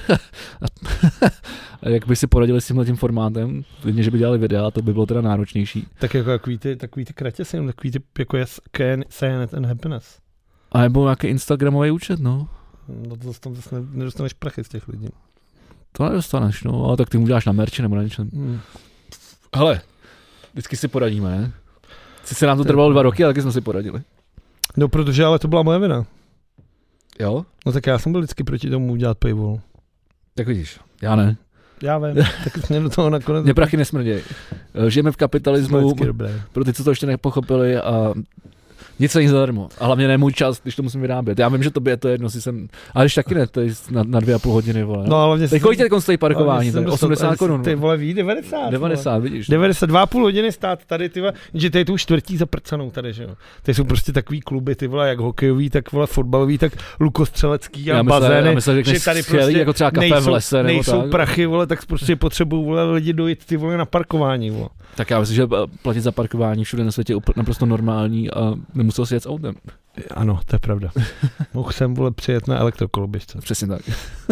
Jak by si poradili s tímhletím formátem, že by dělali videa, to by bylo teda náročnější. Tak jako takový ty kratěsy, takový ty jako je Science and Happiness. A nebo nějaký Instagramový účet, no. No to tam zase nedostaneš prachy z těch lidí. To nedostaneš, no, ale tak ty mu děláš na merči nebo na něčem. Hele, vždycky si poradíme, ne? Sice nám to trvalo 2 roky, ale taky jsme si poradili. No, protože ale to byla moje vina. Jo? No tak já jsem byl vždycky proti tomu udělat paywall. Tak vidíš, já ne. Já vím, tak mě do toho nakonec... Mě prachy nesmrdějí. Žijeme v kapitalismu, pro ty, co to ještě nepochopili, a nic není zadarmo. A hlavně ne můj čas, když to musím vyrábět. Já vím, že tobě je to jedno, ale když taky ne, to je na 2,5 hodiny, vole. No, ale teď kolik tě stojí parkování? 80 korun. Ty vole, ví 90. 90, vidíš. 92,5 hodiny stát tady, ty vole, že tady je tu čtvrtí za prcanou tady, že jo. Tady jsou prostě takový kluby, ty vole, jak hokejový, tak vole fotbalový, tak lukostřelecký a bazény. Já myslím, že tady prostě jako třeba kafe v lese, nejsou prachy, vole, tak prostě potřebují, vole, lidi dojít, ty vole, na parkování, vole. Tak já myslím, že platit za parkování všude na světě je naprosto normální a nemusel si jet s autem. Ano, to je pravda. Mohl jsem, vole, přijet na elektrokoloběžce. Přesně tak.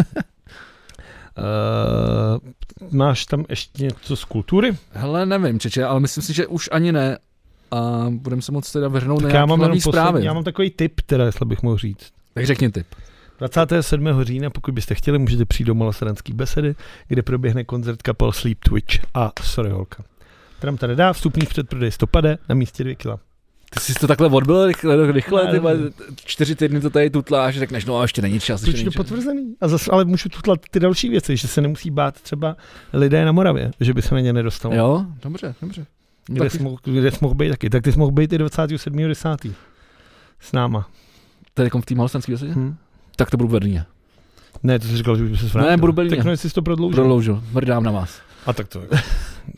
Máš tam ještě něco z kultury? Hele, nevím, Čeče, ale myslím si, že už ani ne. A budeme se moc teda vrhnout na nějaký hlavní zprávy. Já mám takový tip, teda, jestli bych mohl říct. Tak řekni tip. 27. října, pokud byste chtěli, můžete přijít do Malostranský besedy, kde proběhne koncert kapel Sleep Twitch a Sorry Holka. Tam tady dá vstupní předprodej stopade na místě 2 kila. Ty jsi to takhle odbil rychle, ty 4 týdny to tady tutláš, řekneš, no a ještě není čas. Ještě není potvrzený. A zase, ale můžu tutlat ty další věci, že se nemusí bát třeba lidé na Moravě, že by se na ně nedostalo. Jo, dobře. Kde jsi mohl být taky? Tak ty jsi mohl být i 27.10. s náma. Tady v té Malostranské besedě? Tak to budu v Berlíně. Ne, to jsi říkal, že už se vrátil. Ne, budu v Berlíně. Tak jsi to prodloužil. Mrdám na vás. A tak to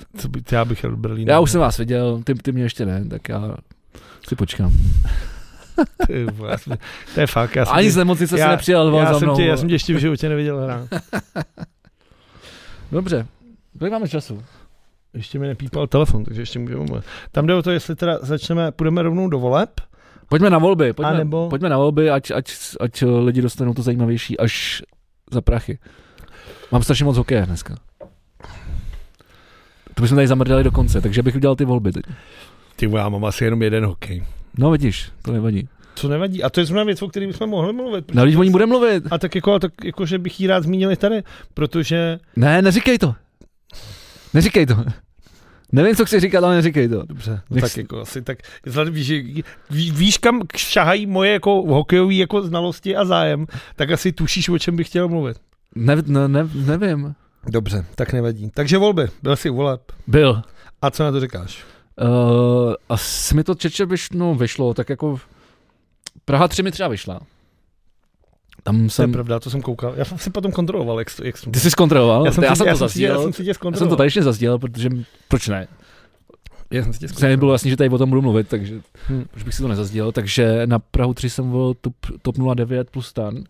já bych jel do Berlína. Já už jsem vás viděl, ty mě ještě ne, tak já si počkám. To je fakt. Ani z nemocnice se nepřijel za mnou. Já jsem tě ještě v životě neviděl hrát. Dobře, kolik máme času? Ještě mi nepípal telefon, takže ještě můžeme mluvit. Tam jde o to, jestli teda půjdeme rovnou do voleb. Pojďme na volby, pojďme na volby, ať lidi dostanou to zajímavější až za prachy. Mám strašně moc hokeje dneska. To bychom tady zamrdali do konce, takže bych udělal ty volby teď. Ty já mám asi jenom jeden hokej. No vidíš, to nevadí. Co nevadí? A to je zrovna věc, o které bychom mohli mluvit. No, když o ní budeme mluvit. A tak jako, že bych jí rád zmínili tady, protože... Ne, neříkej to. Nevím, co chci říkat, ale neříkej to. Dobře, no tak jako asi tak, víš, kam šahají moje jako hokejové jako znalosti a zájem, tak asi tušíš, o čem bych chtěl mluvit. Nevím. Dobře, tak nevadí. Takže volby, byl jsi u voleb? Byl. A co na to říkáš? Asi mi to vyšlo, tak jako Praha 3 mi třeba vyšla. Tam to je pravda, to jsem koukal. Já jsem si potom kontroloval, jak jsem... Ty jsi zkontroloval? Já jsem to zazdílel. Já jsem to tady ještě zazdílel, protože proč ne? Já jsem si tě zkontroloval. Nebylo jasný, že tady o tom budu mluvit, takže proč bych si to nezazdílel. Takže na Prahu 3 jsem volil TOP 09 plus STAN.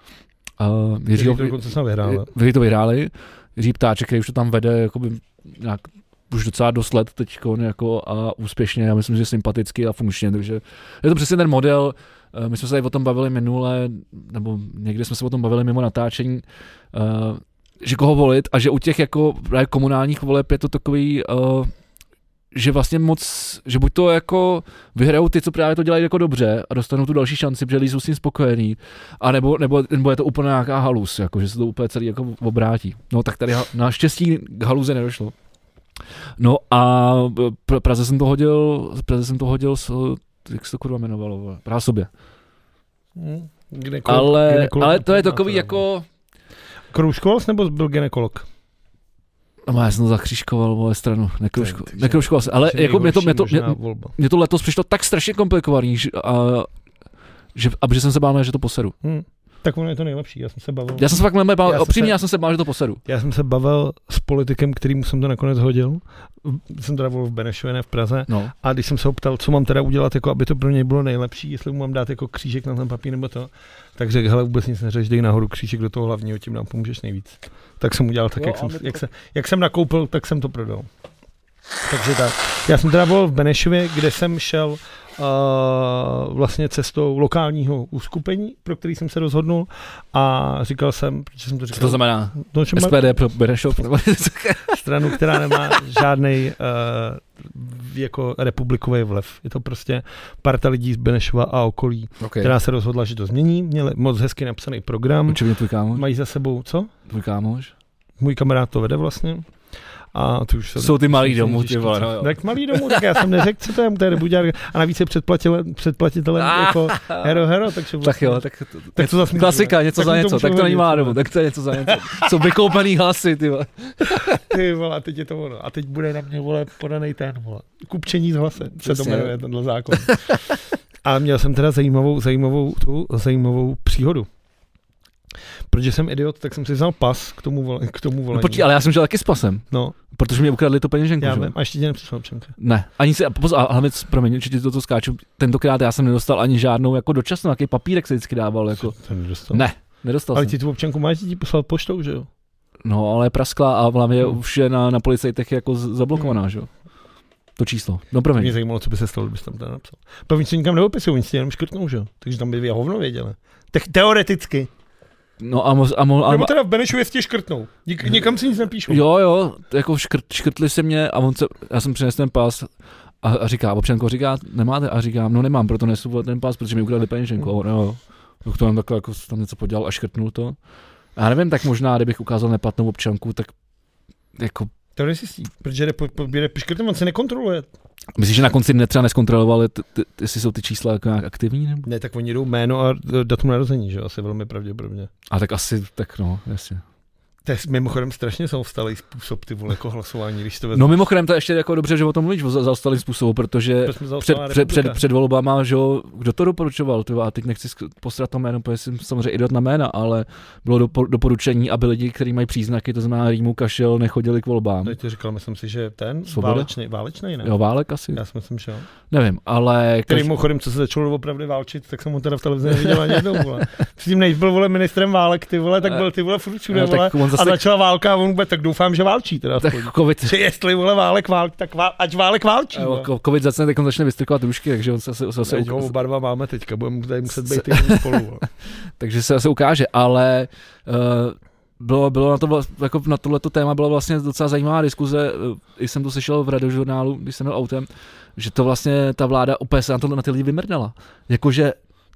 Jiří to vyhráli. Jiří Ptáček, který už to tam vede jakoby nějak už docela dost let teďko jako a úspěšně, já myslím, že sympaticky a funkčně, takže je to přesně ten model. My jsme se tady o tom bavili minule, nebo někde jsme se o tom bavili mimo natáčení, že koho volit a že u těch jako právě komunálních voleb je to takový, že vlastně že buď to jako vyhrajou ty, co právě to dělají jako dobře a dostanou tu další šanci, protože lidi jsou s tím spokojení, a nebo je to úplně nějaká halus, jako, že se to úplně celý jako obrátí. No tak tady naštěstí k haluze nedošlo. No a Praze jsem to hodil jak se to kurva jmenovalo, Praha sobě. Ale to je takový jako... Kroužkoval jsi nebo byl gynekolog? No já jsem to zakřížkoval nekroužkoval se, ale jako mě to letos přišlo tak strašně komplikovaný, že jsem se bál, že to poseru. Tak ono je to nejlepší, já jsem se bavil, že to poseru. Já jsem se bavil s politikem, kterýmu jsem to nakonec hodil, jsem teda volil v Benešově, ne v Praze, no. A když jsem se ho ptal, co mám teda udělat, jako aby to pro něj bylo nejlepší, jestli mu mám dát jako křížek na ten papír nebo to, tak řekl, hele, vůbec nic neřeš, dej nahoru křížek do toho hlavního, tím nám pomůžeš nejvíc. Tak jsem udělal tak, jak jsem nakoupil, tak jsem to prodal. Takže tak. Já jsem teda volil v Benešově, kde jsem šel vlastně cestou lokálního uskupení, pro který jsem se rozhodnul a říkal jsem, protože jsem to říkal. Co to znamená? SPD pro Benešov? Stranu, která nemá žádnej jako republikový vliv. Je to prostě parta lidí z Benešova a okolí, která se rozhodla, že to změní. Měli moc hezky napsaný program. Určitě tvůj kámoš? Mají za sebou, co? Tvůj kámoš? Můj kamarád to vede vlastně. A ty už jsou ty malý domů, ty vole. No, tak malý domů, tak já jsem neřekl, co to je buďárka. A navíc je předplatitelem jako hero, takže tak jo, tak to zase klasika, něco za něco, tak to není malá domů, tak to je něco za něco. Jsou vykoupený hlasy, ty vole. Ty vole, a teď je to ono. A teď bude na mě, vole, podanej ten, vole. Kupčení z hlase, se to jmenuje tenhle zákon. A měl jsem teda zajímavou příhodu. Protože jsem idiot, tak jsem si vzal pas k tomu volení. No, počkej, ale já jsem šel taky s pasem. No. Protože mě ukradli to peněženku. Já vím, a ještě tě nepřišla občanka. Ne, ani si, hlavně, promiň, určitě to skáču, tentokrát já jsem nedostal ani žádnou jako dočasnou, jaký papírek se vždycky dával. Jako. Ne, nedostal ale jsem. ti tu občanku máš, ti poslal poštou, že jo? No, ale je prasklá a hlavně už je na policajtech jako zablokovaná, že jo? To číslo. No promiň. Mě zajímalo, co by se stalo, kdybys tam teda napsal. Pevně se nikam neopisují, nic jenom škrtnou, že jo? Takže tam by hovno věděli. Tak teoreticky. No a nebo teda v Benešově tě škrtnou. Nikam si nic nepíšou. Jo, jako škrtli se mě a já jsem přinesl ten pás a říká, občanko říká, nemáte? A říkám, no nemám, proto nesu ten pás, protože mi ukradli peněženku. No, to tam takhle jako tam něco podělal a škrtnul to. Já nevím, tak možná, kdybych ukázal neplatnou občanku, tak jako... To nesistí, protože jde škrtnout, on se nekontroluje. Myslíš, že na konci třeba neskontrolovali, jestli jsou ty čísla jako nějak aktivní? Nebo? Ne, tak oni jdou jméno a datum narození, že asi velmi pravděpodobně. A tak asi, tak no, jasně. To je mimochodem strašně zaostalý způsob, ty vole, jako hlasování, když to vezmeš. No mimochodem to je ještě jako dobře, že o tom mluvíš, o zaostalým způsobu, protože před volbama, že kdo to doporučoval, a teď nechci postrat to jméno, protože jsem samozřejmě idiot na jména, ale bylo doporučení, aby lidi, kteří mají příznaky, to znamená rýmu, kašel, nechodili k volbám. No ty říkal, myslím si, že ten válečný, ne? Jo, Válek asi. Já si myslím, že jo. Nevím, ale... Který mimochodem, co se začalo opravdu válčit, tak jsem mu teda v televizi neviděl ani jednou, vole. Předtím, než byl, vole, ministrem Válek, ty vole, tak byl ty vole furt všude, vole, a začala válka a on vůbec, tak doufám, že válčí teda. Tak COVID... Že jestli, vole, Válek válčí, tak ať Válek válčí. COVID začne vystrkovat rušky, takže on se oba dva máme teďka, budeme tady muset být spolu. Takže se zase ukáže, ale bylo na to, jako na tohleto téma byla vlastně docela zajímavá diskuze, i jsem to slyšel v radiožurnálu, když jsem byl autem, že to vlastně ta vláda úplně se na ty lidi vymrdala. Jakože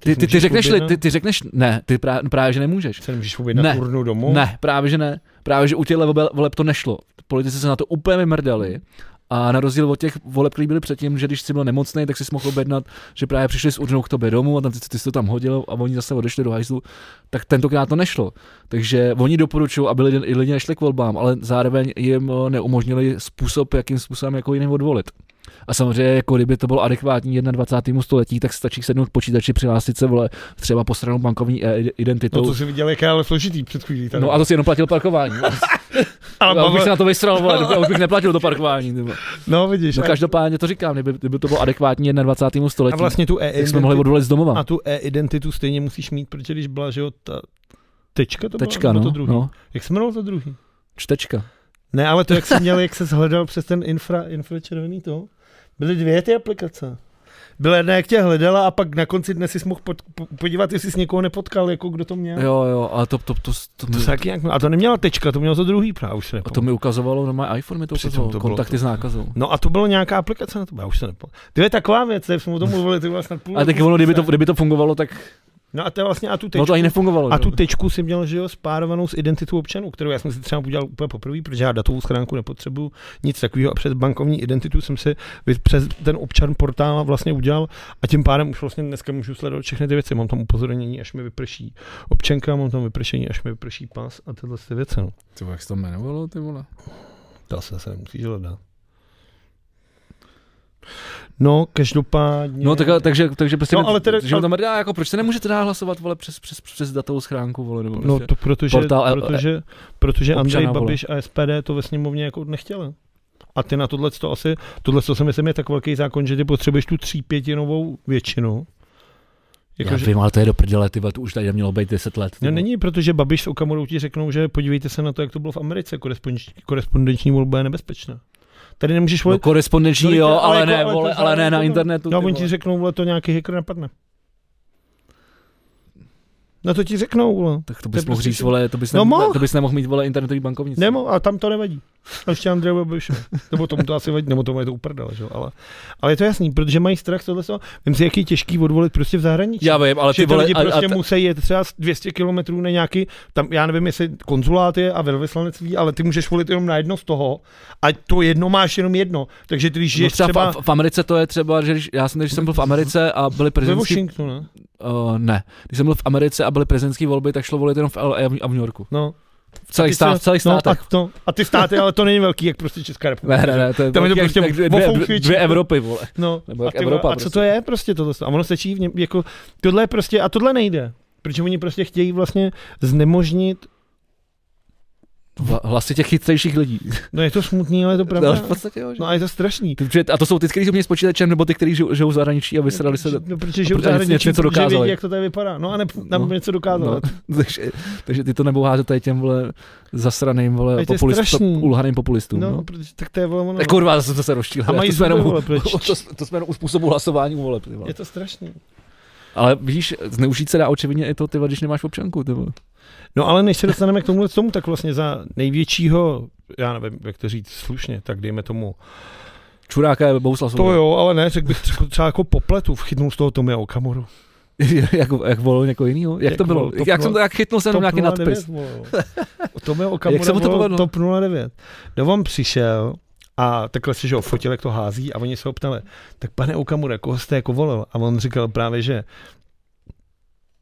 ty řekneš, ne, ty právě že nemůžeš. Se nemůžeš objednat urnu domů? Ne, právě že ne. Právě že u těch voleb to nešlo. Politici se na to úplně vymrdali. A na rozdíl od těch voleb, které byly předtím, že když jsi byl nemocný, tak si mohl objednat, že právě přišli s urnou k tobě domů a tam ty jsi to tam hodil a oni zase odešli do hajzlu, tak tentokrát to nešlo. Takže oni doporučují, aby lidi nešli k volbám, ale zároveň jim neumožnili způsob, jakým způsobem jako jiným odvolit. A samozřejmě, jako kdyby to bylo adekvátní 21. století, tak stačí sednout k počítači, přihlásit se, vole, třeba po stranou bankovní identitou. No to si viděl, jak je ale složitý před chvílí. Tady. No a to si jenom platil parkování. Ale bych se na to vystral, vole, bych neplatil to parkování. Tyba. No vidíš. No každopádně to říkám, kdyby to bylo adekvátní 21. století. A vlastně tu jsme mohli odvolit z domova. A tu e-identitu stejně musíš mít, protože když byla, že jo, ta tečka to tečka, byla, no, to druhý. No. Jak se jmenovalo to druhý? Čtečka. Ne, ale to, jak jsi měl, jak se hledal přes ten infračervený to. Byly dvě ty aplikace. Byla jedna, jak tě hledala a pak na konci dne si mohl podívat, jestli jsi někoho nepotkal, jako kdo to měl. Jo, a to a to neměla tečka, to mělo to druhý právě, už se nepomínám. A to mi ukazovalo na mé iPhone, mi to ukazovalo, kontakty s nákazou. No a to bylo nějaká aplikace na to, já už se nepomínám. To je taková věc, jsme o tom mluvili, ty vlastně půl. A tak ono, kdyby to fungovalo, tak... No a to je vlastně tu tečku. No to ani nefungovalo. A tu tečku si měl, že jo, spárovanou s identitou občanů, kterou já jsem si třeba udělal úplně poprvé, protože já datovou schránku nepotřebuju, nic takového a přes bankovní identitu jsem si přes ten občan portál vlastně udělal a tím pádem už vlastně dneska můžu sledovat všechny ty věci. Mám tam upozornění, až mi vyprší občanka, mám tam vypršení, až mi vyprší pas a tyhle ty věci. No. Ty jak se to jmenovalo, ty vole? To se nemusíš hledat. No, každopádně... No, takže prostě, no, ale teda, že tam mrdá, jako proč se nemůžete dát hlasovat, vole, přes datovou schránku, vole, nebo prostě no, to protože Andrej Babiš a SPD to ve sněmovně jako nechtěli. A ty na tohle si myslím je tak velký zákon, že ty potřebuješ tu 3/5 většinu. Jako, já vím, ale to je do prdele, tyhle, to už tady mělo být 10 let. No není, protože Babiš s Okamurou ti řeknou, že podívejte se na to, jak to bylo v Americe, korespondenční volba je nebezpečná. Tady nemůžeš volit. No korespondenční jo, ale ne na internetu. No oni ti řeknou, vole, to nějaký hacker napadne. No to ti řeknou, vole. Tak to bys mohl říct, vole, to bys nemohl mít, vole, internetový bankovnictví. A tam to nevadí. A ještě Andrej Babiš. Nebo tomu to asi vadí, nebo tomu je to uprdel, že jo, ale je to jasný, protože mají strach tohle. Vím si, jak je těžký odvolit prostě v zahraničí. Já vím, ale ty vole, lidi prostě musí jet třeba 200 kilometrů na nějaký, tam já nevím, jestli konzulát je a velvyslanectví, ale ty můžeš volit jenom na jedno z toho a to jedno máš jenom jedno. Takže ty když žiješ třeba v Americe to je třeba, že když jsem byl v Americe a byly prezidentské ve Washingtonu, ne. Když jsem byl v Americe a byly prezidentské volby, tak šlo volit jenom v LA a v New Yorku. No. V celých státech. A ty státy, ale to není velký, jak prostě Česká republika. Ne, to je tam je to prostě dvě Evropy, vole. No, nebo a co prostě. To je prostě tohle? A ono stačí jako, tohle je prostě, a tohle nejde. Protože oni prostě chtějí vlastně znemožnit hlasy těch chytřejších lidí. No je to smutný, ale je to pravda. No, v podstatě, jo, no a je to strašný. A to jsou ty, kteří jsou mě s počítačem, nebo ty, kteří žijou v zahraničí a vysrali se. No, protože žijou v zahraničí, něco dokázali. Vědí, jak to tady vypadá. No a něco dokázali. No, takže ty to nebudou házet tady těm, vole, zasraným, vole, ulhaným populistům. No, protože tak to je, vole, tak kurva, zase se rozčíl. A mají to jsme jenom u způsobu hlasování, vole. Je to strašný. Ale víš, zneužít se dá očividně i to, ty, když nemáš občanku, ty. No ale než se dostaneme k tomu, tak vlastně za největšího, já nevím, jak to říct slušně, tak dejme tomu čuráka je Bohuslav Svoboda. To jo, ale ne, řekl bych třeba jako popletu chytnul z toho Tomia Okamuru. jak volil někoho jinýho? Jak to bylo? Jak chytnul jsem nějaký nadpis? Tomia Okamura volil TOP 09. No on přišel a takhle si, že ho fotil, jak to hází a oni se ho ptali, tak pane Okamura, koho jste jako volil? A on říkal právě, že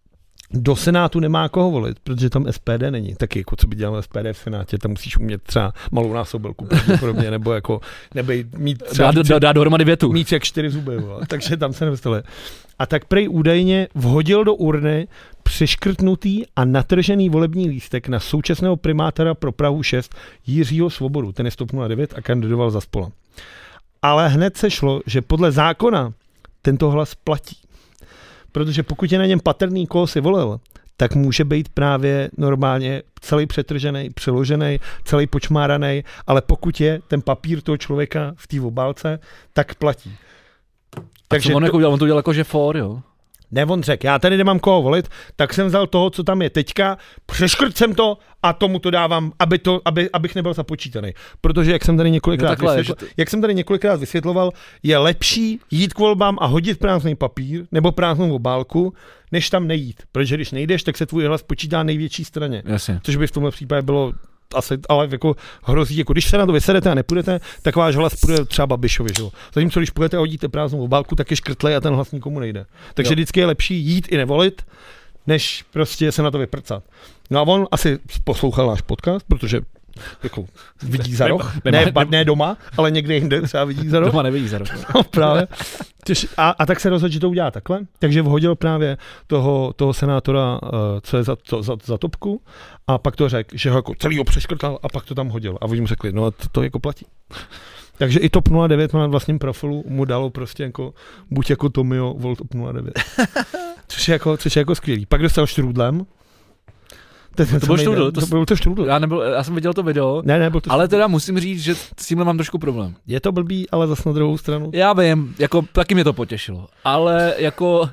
do Senátu nemá koho volit, protože tam SPD není. Taky jako co by dělal SPD v Senátě, tam musíš umět třeba malou násobilku, pravděpodobně, nebo jako mít třeba dá dohromady větu. Mít jak 4 zuby, takže tam se nevstane. A tak prej údajně vhodil do urny přeškrtnutý a natržený volební lístek na současného primátora pro Prahu 6 Jiřího Svobodu, ten je z TOP 09 a kandidoval za Spola. Ale hned se šlo, že podle zákona tento hlas platí. Protože pokud je na něm patrný, koho si volil, tak může být právě normálně celý přetržený, přeložený, celý počmáraný, ale pokud je ten papír toho člověka v té obálce, tak platí. Takže on to dělal jako že for, jo? Ne, on řekl, já tady nemám koho volit, tak jsem vzal toho, co tam je teďka, přeškrt jsem to a tomu to dávám, abych nebyl započítaný. Protože jak jsem tady několikrát vysvětloval, je lepší jít k volbám a hodit prázdný papír nebo prázdnou obálku, než tam nejít. Protože když nejdeš, tak se tvůj hlas počítá největší straně. Jasně. Což by v tomhle případě bylo asi, ale jako hrozí, jako když se na to vysedete a nepůjdete, tak váš hlas půjde třeba Babišovi, že jo. Zatímco když půjdete a hodíte prázdnou obálku, tak je škrtlej a ten hlas nikomu nejde. Takže vždycky je lepší jít i nevolit, než prostě se na to vyprcat. No a on asi poslouchal náš podcast, protože jako vidí za roh, ne doma, ale někde jinde třeba vidí za roh. Doma nevidí za roh. No, právě. A tak se rozhodl, že to udělá takhle, takže vhodil právě toho senátora, co je za topku, a pak to řekl, že ho jako celýho přeškrtal a pak to tam hodil. A oni mu řekli, no to jako platí. Takže i TOP 09 na vlastním profilu mu dalo prostě jako, buď jako Tomio, vol TOP 09. Což je jako skvělý. Pak dostal štrůdlem. To byl to štrůdl. Já jsem viděl to video, ale teda musím říct, že s tímhle mám trošku problém. Je to blbý, ale zase na druhou stranu. Já vím, jako taky mě to potěšilo, ale jako...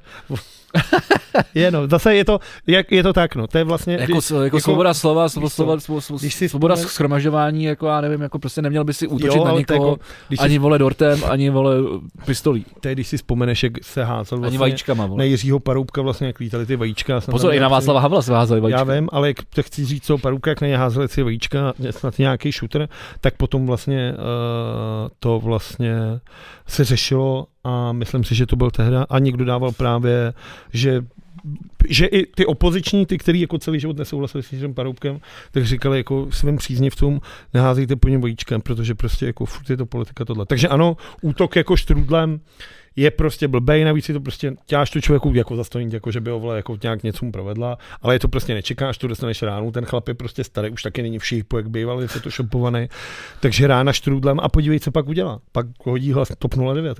Zase je to tak, no, to je vlastně... Jako svoboda slova, svoboda shromažďování, jako já nevím, jako prostě neměl by si útočit na někoho, jako, ani vole dortem, ani vole pistolí. To je, když si vzpomeneš, jak se házel vlastně vajíčkama, na Jiřího Paroubka, vlastně jak lítali ty vajíčka. Pozor, i na Václava Havla se házeli vajíčka. Já vím, ale jak to chci říct, co Paroubka, jak na ně házeli ty vajíčka, snad nějaký shooter, tak potom vlastně to vlastně se řešilo a myslím si, že to byl tehda a někdo dával právě, že i ty opoziční, ty, kteří jako celý život nesouhlasili s tím Paroubkem, tak říkali jako svým příznivcům, neházejte po něm vajíčkem, protože prostě jako furt je to politika tohle. Takže ano, útok jako štrůdlem je prostě blbej, navíc je to prostě těžáš to člověku jako zastojit, jako že by ho vole jako nějak něco mu provedla, ale je to prostě nečekáš, tu dostaneš ránu, ten chlap je prostě starý, už taky není v šípu, jak býval, je to šopovaný, takže rána štrůdlem a podívej, co pak udělá. Pak hodí hlas TOP 09.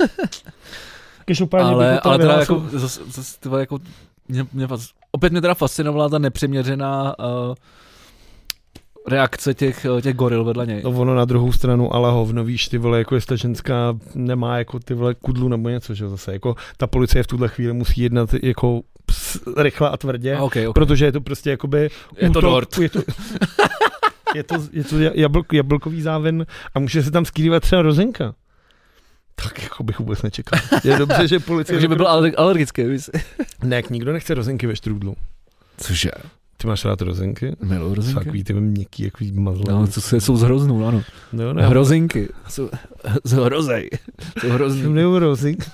Ale teda jako, jako opět mě teda fascinovala ta nepřiměřená reakce těch goril vedle něj. No ono na druhou stranu, ale hovno, víš, ty vole, jako jestli ta ženská nemá jako ty vole kudlu nebo něco, že zase, jako ta policie v tuhle chvíli musí jednat jako rychle a tvrdě, okay. Protože je to prostě jakoby je útok, to dort. je to jablkový záven a může se tam skrývat třeba rozinka. Tak jako bych vůbec nečekal. Je dobře, že policie... Takže by byl alergický, víš? Ne, nikdo nechce rozinky ve štrůdlu. Cože? Ty máš rád rozinky? Miluji rozinky. Takový ty měkký, jaký mazlé. No, jsou z hroznů, ano. No, ne. Hrozinky. Jsou z hrozej. Jsou hrozný. Jsou rozinky.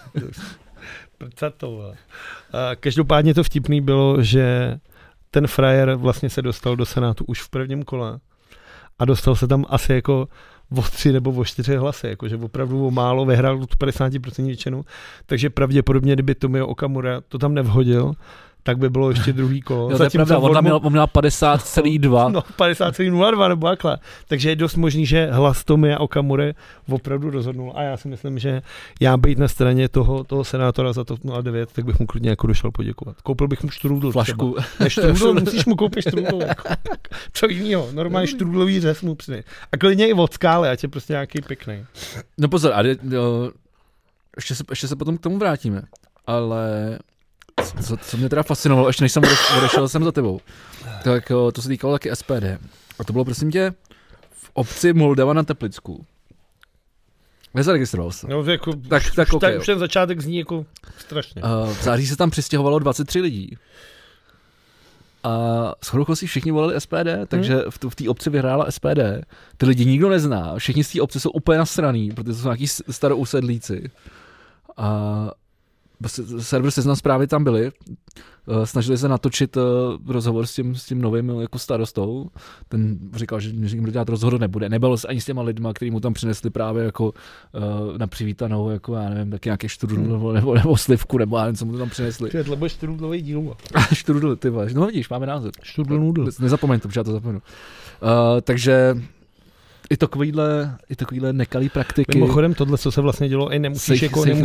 Každopádně to vtipný bylo, že ten frajer vlastně se dostal do Senátu už v prvním kole a dostal se tam asi jako o 3 nebo o 4 hlasy, jakože opravdu o málo vyhrál tu 50% většinu, takže pravděpodobně, kdyby Tomio Okamura to tam nevhodil, tak by bylo ještě druhý kolo. Jo, to je pravda, on měl 50,2. No, 50,02 nebo takhle. Takže je dost možný, že hlas Tomia Okamury opravdu rozhodnul. A já si myslím, že já být na straně toho senátora za TOP 09, tak bych mu klidně jako došel poděkovat. Koupil bych mu štrůdl. Flašku. Štrůdl, musíš mu koupit štrůdl. Jako. Co jinýho, normálně štrůdlový řez mu přijde. A klidně i od skály, ať je prostě nějaký pěkný. No pozor, ještě se potom k tomu vrátíme. Ale... Co mě teda fascinovalo, ještě než jsem odešel jsem za tebou, tak to se týkalo taky SPD. A to bylo, prosím tě, v obci Moldava na Teplicku. Nezaregistroval jsem. No, jako, tak okay, už ten začátek zní jako strašně. V září se tam přistěhovalo 23 lidí. A shodou si všichni volili SPD, takže v té obci vyhrála SPD. Ty lidi nikdo nezná, všichni z té obce jsou úplně nasraný, protože jsou nějaký starousedlíci. A server Seznam Zprávy tam byli, snažili se natočit rozhovor s tím novým jako starostou. Ten říkal, že jim dělat rozhovor nebude. Nebyl se ani s těma lidma, kteří mu tam přinesli právě jako na přivítanou, jako já nevím, taky nějaký štrudl nebo slivku, nebo já nevím, co mu tam přinesli. Tohle bude štrudlový díl. Štrudl, ty vole. No vidíš, máme název. Štrudl nudl. Nezapomeň to, protože já to zapomenu. Takže i takovýhle nekalý praktiky. Mimochodem tohle, co se vlastně dělo, nemusíš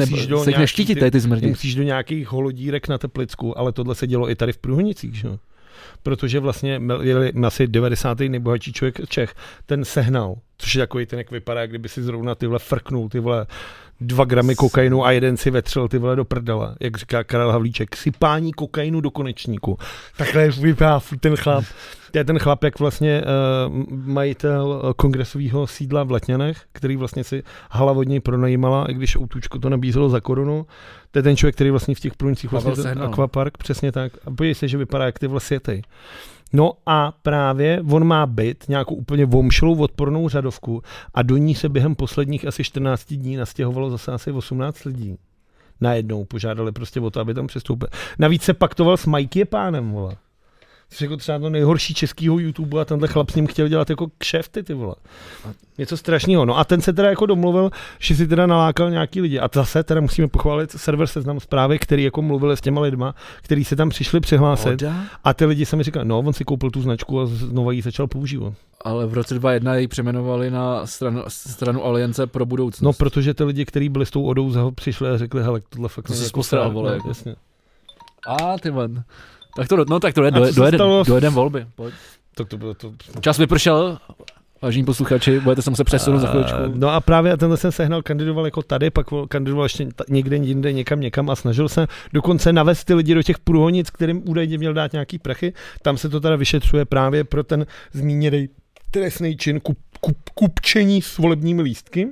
do nějakých holodírek na Teplicku, ale tohle se dělo i tady v Průhonicích, že? Protože vlastně jeli asi 90. nejbohatší člověk Čech, ten sehnal, což je takový ten, jak vypadá, kdyby si zrovna tyhle frknul, tyhle 2 gramy kokainu a jeden si vetřel tyhle do prdela, jak říká Karel Havlíček, sypání kokainu do konečníku. Takhle vypadá ten chlap. To je ten chlap, jak vlastně majitel kongresového sídla v Letňanech, který vlastně si hala od něj pronajímala, i když Outučko to nabízelo za korunu. To je ten člověk, který vlastně v těch Průhonicích vlastně akvapark, přesně tak. A podívej se, že vypadá jak ty sjetej. No a právě on má byt, nějakou úplně vomšlou odpornou řadovku a do ní se během posledních asi 14 dní nastěhovalo zase asi 18 lidí. Najednou požádali prostě o to, aby tam přestoupil. Navíc se paktoval s Mikey Pánem, vole. Což jako třeba to nejhorší českýho YouTube a tenhle chlap s ním chtěl dělat jako kšefty, ty vole. Něco strašného. No a ten se teda jako domluvil, že si teda nalákal nějaký lidi. A zase teda musíme pochválit server Seznam Zprávy, který jako mluvili s těma lidma, který se tam přišli přihlásit. A ty lidi sami říkali, no, on si koupil tu značku a znovu ji začal používat. Ale v roce 2021 ji přejmenovali na stranu Aliance pro budoucnost. No, protože ty lidi, kteří byli s tou odou, přišli a řekli, hele, tohle fakt to se posral, vole. No, jasně. A ty man. Tak to dojedem volby. Pojď. Tak to bylo to. Čas vypršel, vážení posluchači, budete se muset přesunout za chvíličku. No a právě tenhle jsem sehnal, kandidoval jako tady, pak kandidoval ještě někde jinde, někam a snažil se dokonce navést ty lidi do těch Průhonic, kterým údajně měl dát nějaký prachy. Tam se to teda vyšetřuje právě pro ten zmíněný trestný čin kupčení s volebními lístky.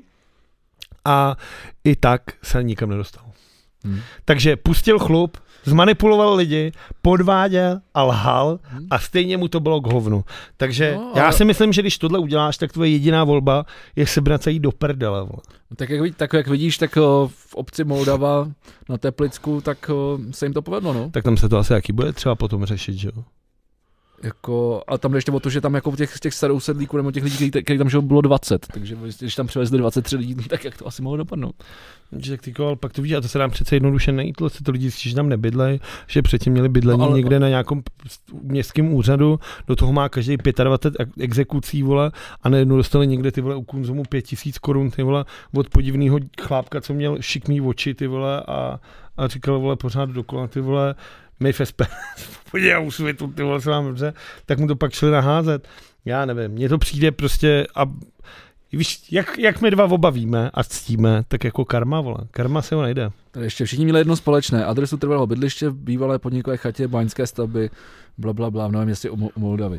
A i tak se nikam nedostal. Takže pustil chlup, zmanipuloval lidi, podváděl a lhal a stejně mu to bylo k hovnu. Takže já si myslím, že když tohle uděláš, tak tvoje jediná volba je sebrat se jít do prdele. Tak jak vidíš, tak v obci Moldava na Teplicku, tak se jim to povedlo, no. Tak tam se to asi jaký bude třeba potom řešit, že jo? Jako, a tam ještě o to, že tam jako těch starousedlíků nebo těch lidí, kteří tam žilo, bylo 20, takže když tam přivezli 23 lidí, tak jak to asi mohlo dopadnout. Ale pak to víš, a to se nám přece jednoduše nejít, ty lidi si tam nebydlejí, že předtím měli bydlení někde na nějakém městském úřadu, do toho má každý 25 exekucí, vole, a najednou dostali někde ty vole u konzumu 5000 korun, ty vole, od podivného chlápka, co měl šikmý oči, ty vole, a říkal, vole, pořád dokola, ty vole, my v SPD, podívej, a Úsvitu, ty vole, se vám dobře, tak mu to pak šli naházet. Já nevím, mně to přijde prostě a víš, jak my dva obavíme a ctíme, tak jako karma, vole. Karma se ho najde. Tady ještě všichni měli jedno společné. Adresu trvalého bydliště v bývalé podnikové chatě, báňské stavby, blablabla, v Novém Městě u Moldavy.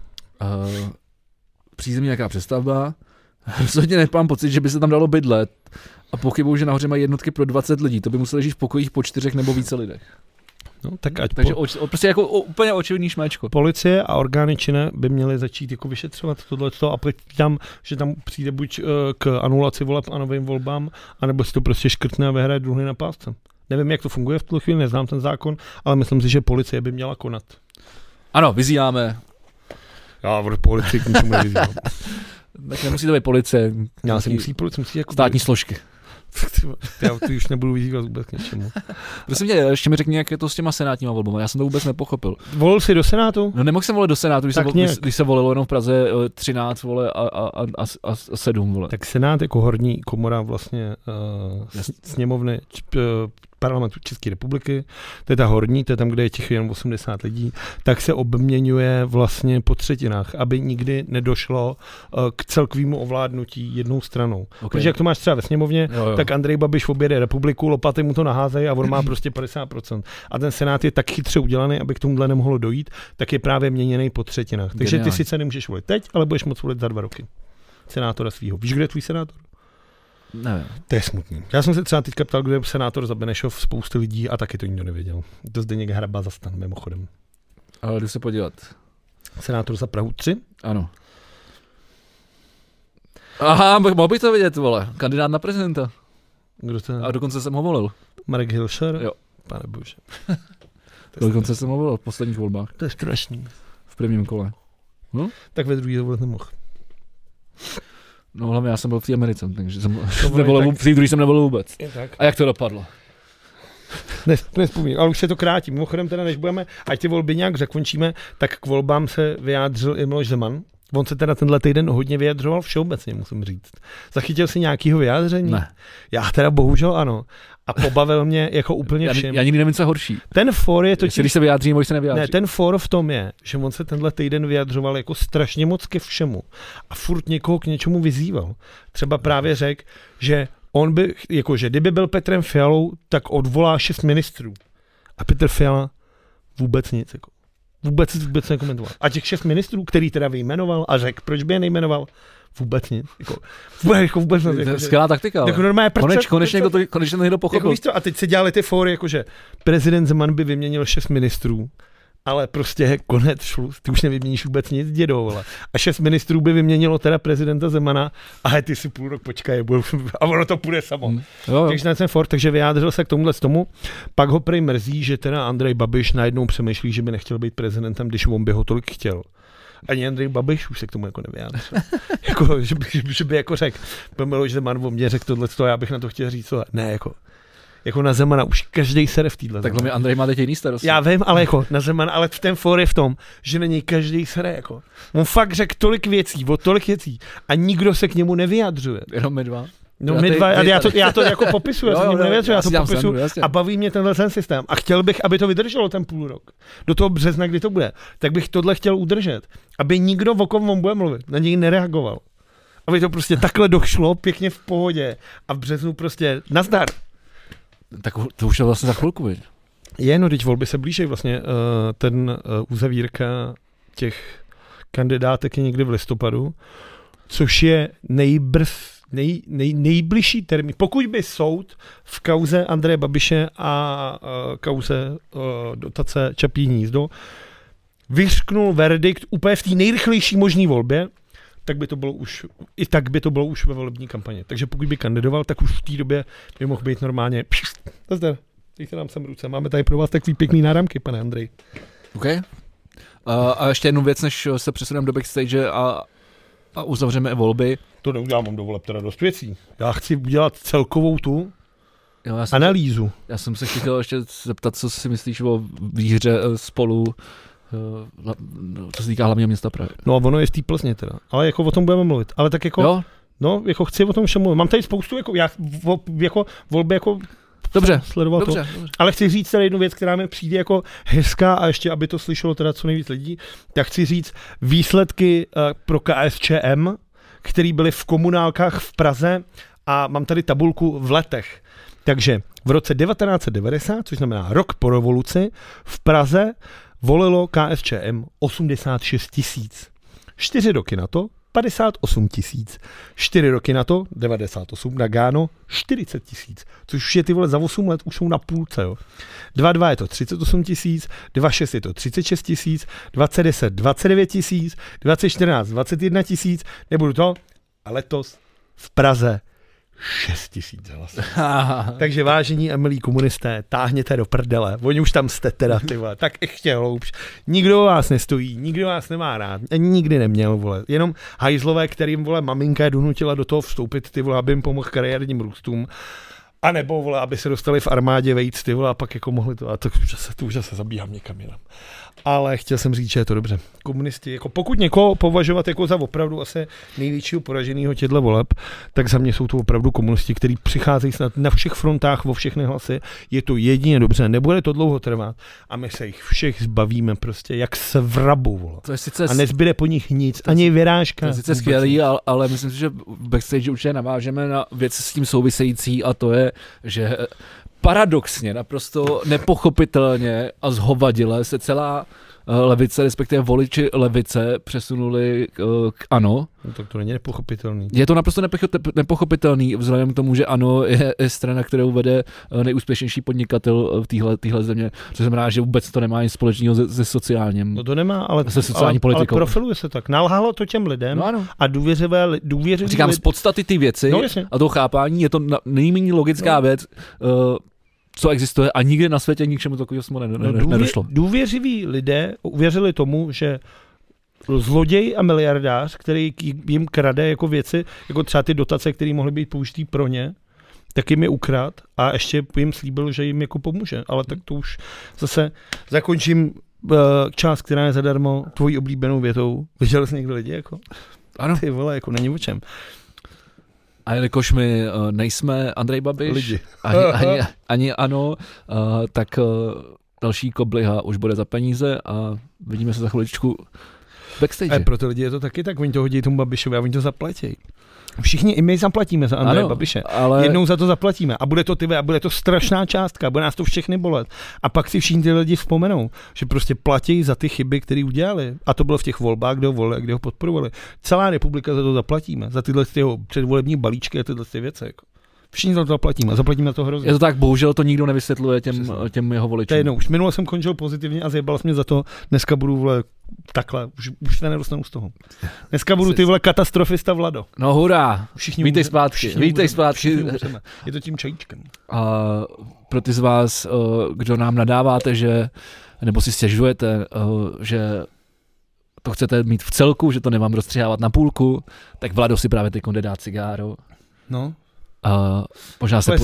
Přízemí nějaká přestavba. Rozhodně nemám pocit, že by se tam dalo bydlet. A pochybuju, že nahoře mají jednotky pro 20 lidí. To by museli žít v pokojích po 4 nebo více lidech. No, tak takže prostě jako úplně očividný šméčko. Policie a orgány činné by měly začít jako vyšetřovat tohleto a tam, že tam přijde buď k anulaci voleb a novým volbám, anebo si to prostě škrtne a vyhraje druhý na pásce. Nevím, jak to funguje v tuhle chvíli, neznám ten zákon, ale myslím si, že policie by měla konat. Ano, vyzýváme. Já v policii k ničemu nevyzývám. Tak nemusí to být policie. Já si musí jako státní složky. Já to už nebudu vyzývat vůbec k něčemu. Prosím tě, ještě mi řekni, jak je to s těma senátníma volbama, já jsem to vůbec nepochopil. Volil jsi do Senátu? No nemohl jsem volit do Senátu, když se volilo jenom v Praze 13 vole a 7 vole. Tak Senát jako horní komora vlastně sněmovny parlamentu České republiky, to je ta horní, to je tam, kde je těch jen 80 lidí, tak se obměňuje vlastně po třetinách, aby nikdy nedošlo k celkovému ovládnutí jednou stranou. Okay. Protože jak to máš třeba ve sněmovně, tak Andrej Babiš objede republiku, lopaty mu to naházejí a on má prostě 50%. A ten Senát je tak chytře udělaný, aby k tomuhle nemohlo dojít, tak je právě měněný po třetinách. Takže ty sice nemůžeš volit teď, ale budeš moct volit za 2 roky. Senátora svýho. Víš, kde je tvůj senátor? Nevím. To je smutný. Já jsem se třeba teďka ptal, kde je senátor za Benešov, spousty lidí a taky to nikdo nevěděl. To Zdeněk Hraba za STAN, mimochodem. Ale jdu se podívat. Senátor za Prahu 3? Ano. Aha, mohl bych to vidět, vole. Kandidát na prezidenta. Kdo to? A dokonce jsem ho volil. Marek Hilšer? Jo. Pane bože. Dokonce jsem ho volil v posledních volbách. To je strašný. V prvním kole. No? Tak ve druhý to volit nemohl. No hlavně já jsem byl v té Americe, takže jsem nevolil, v té druhý jsem nevolil vůbec. A jak to dopadlo? Nespomínám, ale už se to krátí. Mimochodem teda, než budeme, ať ty volby nějak zakončíme, tak k volbám se vyjádřil i Miloš Zeman. On se teda tenhle týden hodně vyjadřoval všeobecně, musím říct. Zachytil si nějakého vyjádření? Ne. Já teda bohužel ano. A pobavil mě jako úplně všem. Já nikdy nevím, co je horší. Ten for je totiž... Když se vyjádří, nebo když se nevyjádří. Ne, ten for v tom je, že on se tenhle týden vyjadřoval jako strašně moc ke všemu. A furt někoho k něčemu vyzýval. Třeba právě řekl, že on by, jakože kdyby byl Petrem Fialou, tak odvolá 6 ministrů. A Petr Fiala vůbec nic. Jako. Vůbec nekomentoval. A těch 6 ministrů, který teda vyjmenoval a řekl, proč by je nejmenoval, vůbec nic. Vůbec nic. Jako, skvělá taktika. Jako normálně konečně to někdo pochopil. Jako a teď se dělali ty fóry, jakože prezident Zeman by vyměnil 6 ministrů, ale prostě konec šluz, ty už nevyměníš vůbec nic, dědo, vole. A 6 ministrů by vyměnilo teda prezidenta Zemana a ty si půl rok počkaj, a ono to půjde samo. Takže ten fór, takže vyjádřil se k tomu. Pak ho prej mrzí, že teda Andrej Babiš najednou přemýšlí, že by nechtěl být prezidentem, když on by ho tolik chtěl. Ani Andrej Babiš už se k tomu jako nevyjádřil. Jako, že by jako řekl, Miloš Zeman o mě řekl tohleto, já bych na to chtěl říct, ne, jako na Zemana už každý sere v týdle. Takhle mi Andrej má teď jiný starosti. Já vím, ale jako na Zeman, ale v ten for je v tom, že na něj každý sere jako. On fakt řekl tolik věcí a nikdo se k němu nevyjadřuje. Jenom my dva. No my dva, já to jako popisuju, já to popisuju a baví mě tenhle ten systém. A chtěl bych, aby to vydrželo ten půl rok. Do toho března, kdy to bude. Tak bych tohle chtěl udržet. Aby nikdo, o kom on bude mluvit, na něj nereagoval. Aby to prostě takhle došlo, pěkně v pohodě. A v březnu prostě nazdar. Tak to už je vlastně za chvilku, viď? No, teď volby se blíží vlastně. Ten uzavírka těch kandidátek je někdy v listopadu, což je nejbližší termín. Pokud by soud v kauze Andreje Babiše a kauze dotace Čapí hnízdo vyřknul verdikt úplně v té nejrychlejší možné volbě, tak by to bylo už ve volební kampani. Takže pokud by kandidoval, tak už v té době by mohl být normálně zde, dejte nám sem ruce. Máme tady pro vás takový pěkný náramky, pane Andrej. OK. A ještě jednu věc, než se přesuneme do backstage a uzavřeme volby. To neudělám do voleb teda dost věcí. Já chci udělat celkovou tu analýzu. Já jsem se chtěl ještě zeptat, co si myslíš o výhře Spolu, co se týká hlavního města Prahy. No a ono je z té Plzně teda, ale jako o tom budeme mluvit. Ale tak jako, jo? No, jako chci o tom všem mluvit. Mám tady spoustu, jako volby jako dobře, sledoval dobře. Ale chci říct tady jednu věc, která mi přijde jako hezká a ještě, aby to slyšelo teda co nejvíc lidí, tak chci říct výsledky pro KSČM, který byly v komunálkách v Praze a mám tady tabulku v letech. Takže v roce 1990, což znamená rok po revoluci, v Praze volilo KSČM 86 000. 4 roky na to 58 000. 4 roky na to 98, Nagano 40 000. Což už je ty vole za 8 let už jsou na půlce. Jo. 22 je to 38 000, 26 je to 36 000, 2010 29 000, 2014 21 000, nebudu to, a letos v Praze 6 000 hlasů. Takže vážení a milí komunisté, táhněte do prdele. Oni už tam jste teda, ty vole. Tak ještě hloubš. Nikdo vás nestojí, nikdo vás nemá rád. Nikdy neměl, vole. Jenom hajzlové, kterým, vole, maminka je donutila do toho vstoupit, ty vole, aby jim pomohl kariérním růstům. A nebo, vole, aby se dostali v armádě vejít, ty vole, a pak jako mohli to. A to už se zabíhám někam jinam. Ale chtěl jsem říct, že je to dobře. Komunisti, jako pokud někoho považovat jako za opravdu asi největšího poraženého těchto voleb, tak za mě jsou to opravdu komunisti, kteří přicházejí snad na všech frontách, vo všechny hlasy. Je to jedině dobře, nebude to dlouho trvat a my se jich všech zbavíme prostě jak s vrabu, vole. A nezbyde po nich nic, ani vyrážka. To je sice skvělý, ale myslím si, že v backstage určitě navážeme na věc s tím související a to je, že paradoxně, naprosto nepochopitelně a zhovadile se celá levice, respektive voliči levice přesunuli k ANO. No, tak to není nepochopitelný. Je to naprosto nepochopitelný, vzhledem k tomu, že ANO je strana, kterou vede nejúspěšnější podnikatel v téhle země, což znamená, že vůbec to nemá nic společného se sociálním. No to nemá, ale profiluje se tak. Nalhalo to těm lidem a důvěřiví říkám, z podstaty ty věci a toho chápání je to nejméně logická věc, co existuje a nikdy na světě ničemu takového jsme nedošlo. Důvěřiví lidé uvěřili tomu, že zloděj a miliardář, který jim krade jako věci, jako třeba ty dotace, které mohly být použitý pro ně, tak jim je ukrad a ještě jim slíbil, že jim jako pomůže. Ale tak to už zase zakončím část, která je zadarmo tvojí oblíbenou větou. Viděl jsi někdo lidi jako? Ano. Ty vole, jako není o čem. A jelikož my nejsme Andrej Babiš, ani ANO, tak další kobliha už bude za peníze a vidíme se za chviličku backstage. A pro ty lidi je to taky tak, oni to hodí tomu Babišovi a oni to zaplatí. Všichni i my zaplatíme za Andreje Babiše. Ale jednou za to zaplatíme. A bude to strašná částka, bude nás to všechny bolet. A pak si všichni ty lidi vzpomenou, že prostě platí za ty chyby, které udělali. A to bylo v těch volbách, kde ho volili, kde ho podporovali. Celá republika za to zaplatíme. Za tyhle předvolební balíčky a tyhle věci. Jako. Všichni za to zaplatíme. Zaplatíme to hrozně. Je to tak, bohužel to nikdo nevysvětluje těm jeho voličům. To je jednou. Už minule jsem končil pozitivně a zjebal jsem mě za to. Dneska budu takhle. Už se nedostanu z toho. Dneska budu ty katastrofista Vlado. No hurá. Vítej zpátky. Je to tím čajíčkem. A pro ty z vás, kdo nám nadáváte, že nebo si stěžujete, že to chcete mít v celku, že to nemám rozstřihávat na půlku, tak Vlado si právě teď dá cigáro. No. Možná se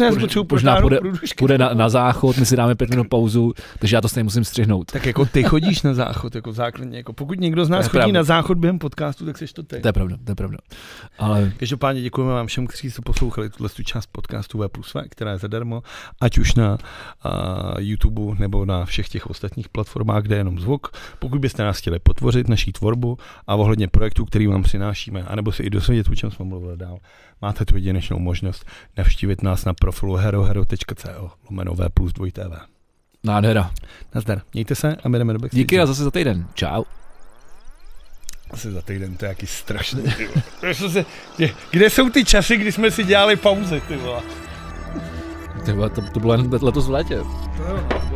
půjde na záchod, my si dáme 5 minut pauzu, takže já to stejně musím střihnout. Tak jako ty chodíš na záchod, jako základně, jako pokud někdo z nás chodí na záchod během podcastu, tak seš to ty. To je pravda. Ale každopádně děkujeme vám všem, kteří jste poslouchali tuhle část podcastu V+V, která je zadarmo, ať už na YouTube nebo na všech těch ostatních platformách, kde je jenom zvuk. Pokud byste nás chtěli podpořit naší tvorbu a ohledně projektů, který vám přinášíme, anebo si i dosvědět, o čem jsme mluvili dál, máte tu jedinečnou možnost navštívit nás na profilu herohero.co/V+2TV. Nádhera. Nazdar. Mějte se a my jdeme do backstage. Díky a zase za týden. Čau. Zase za týden, to je jaký strašný. Kde jsou ty časy, kdy jsme si dělali pauzy, ty vole? To bylo letos v létě.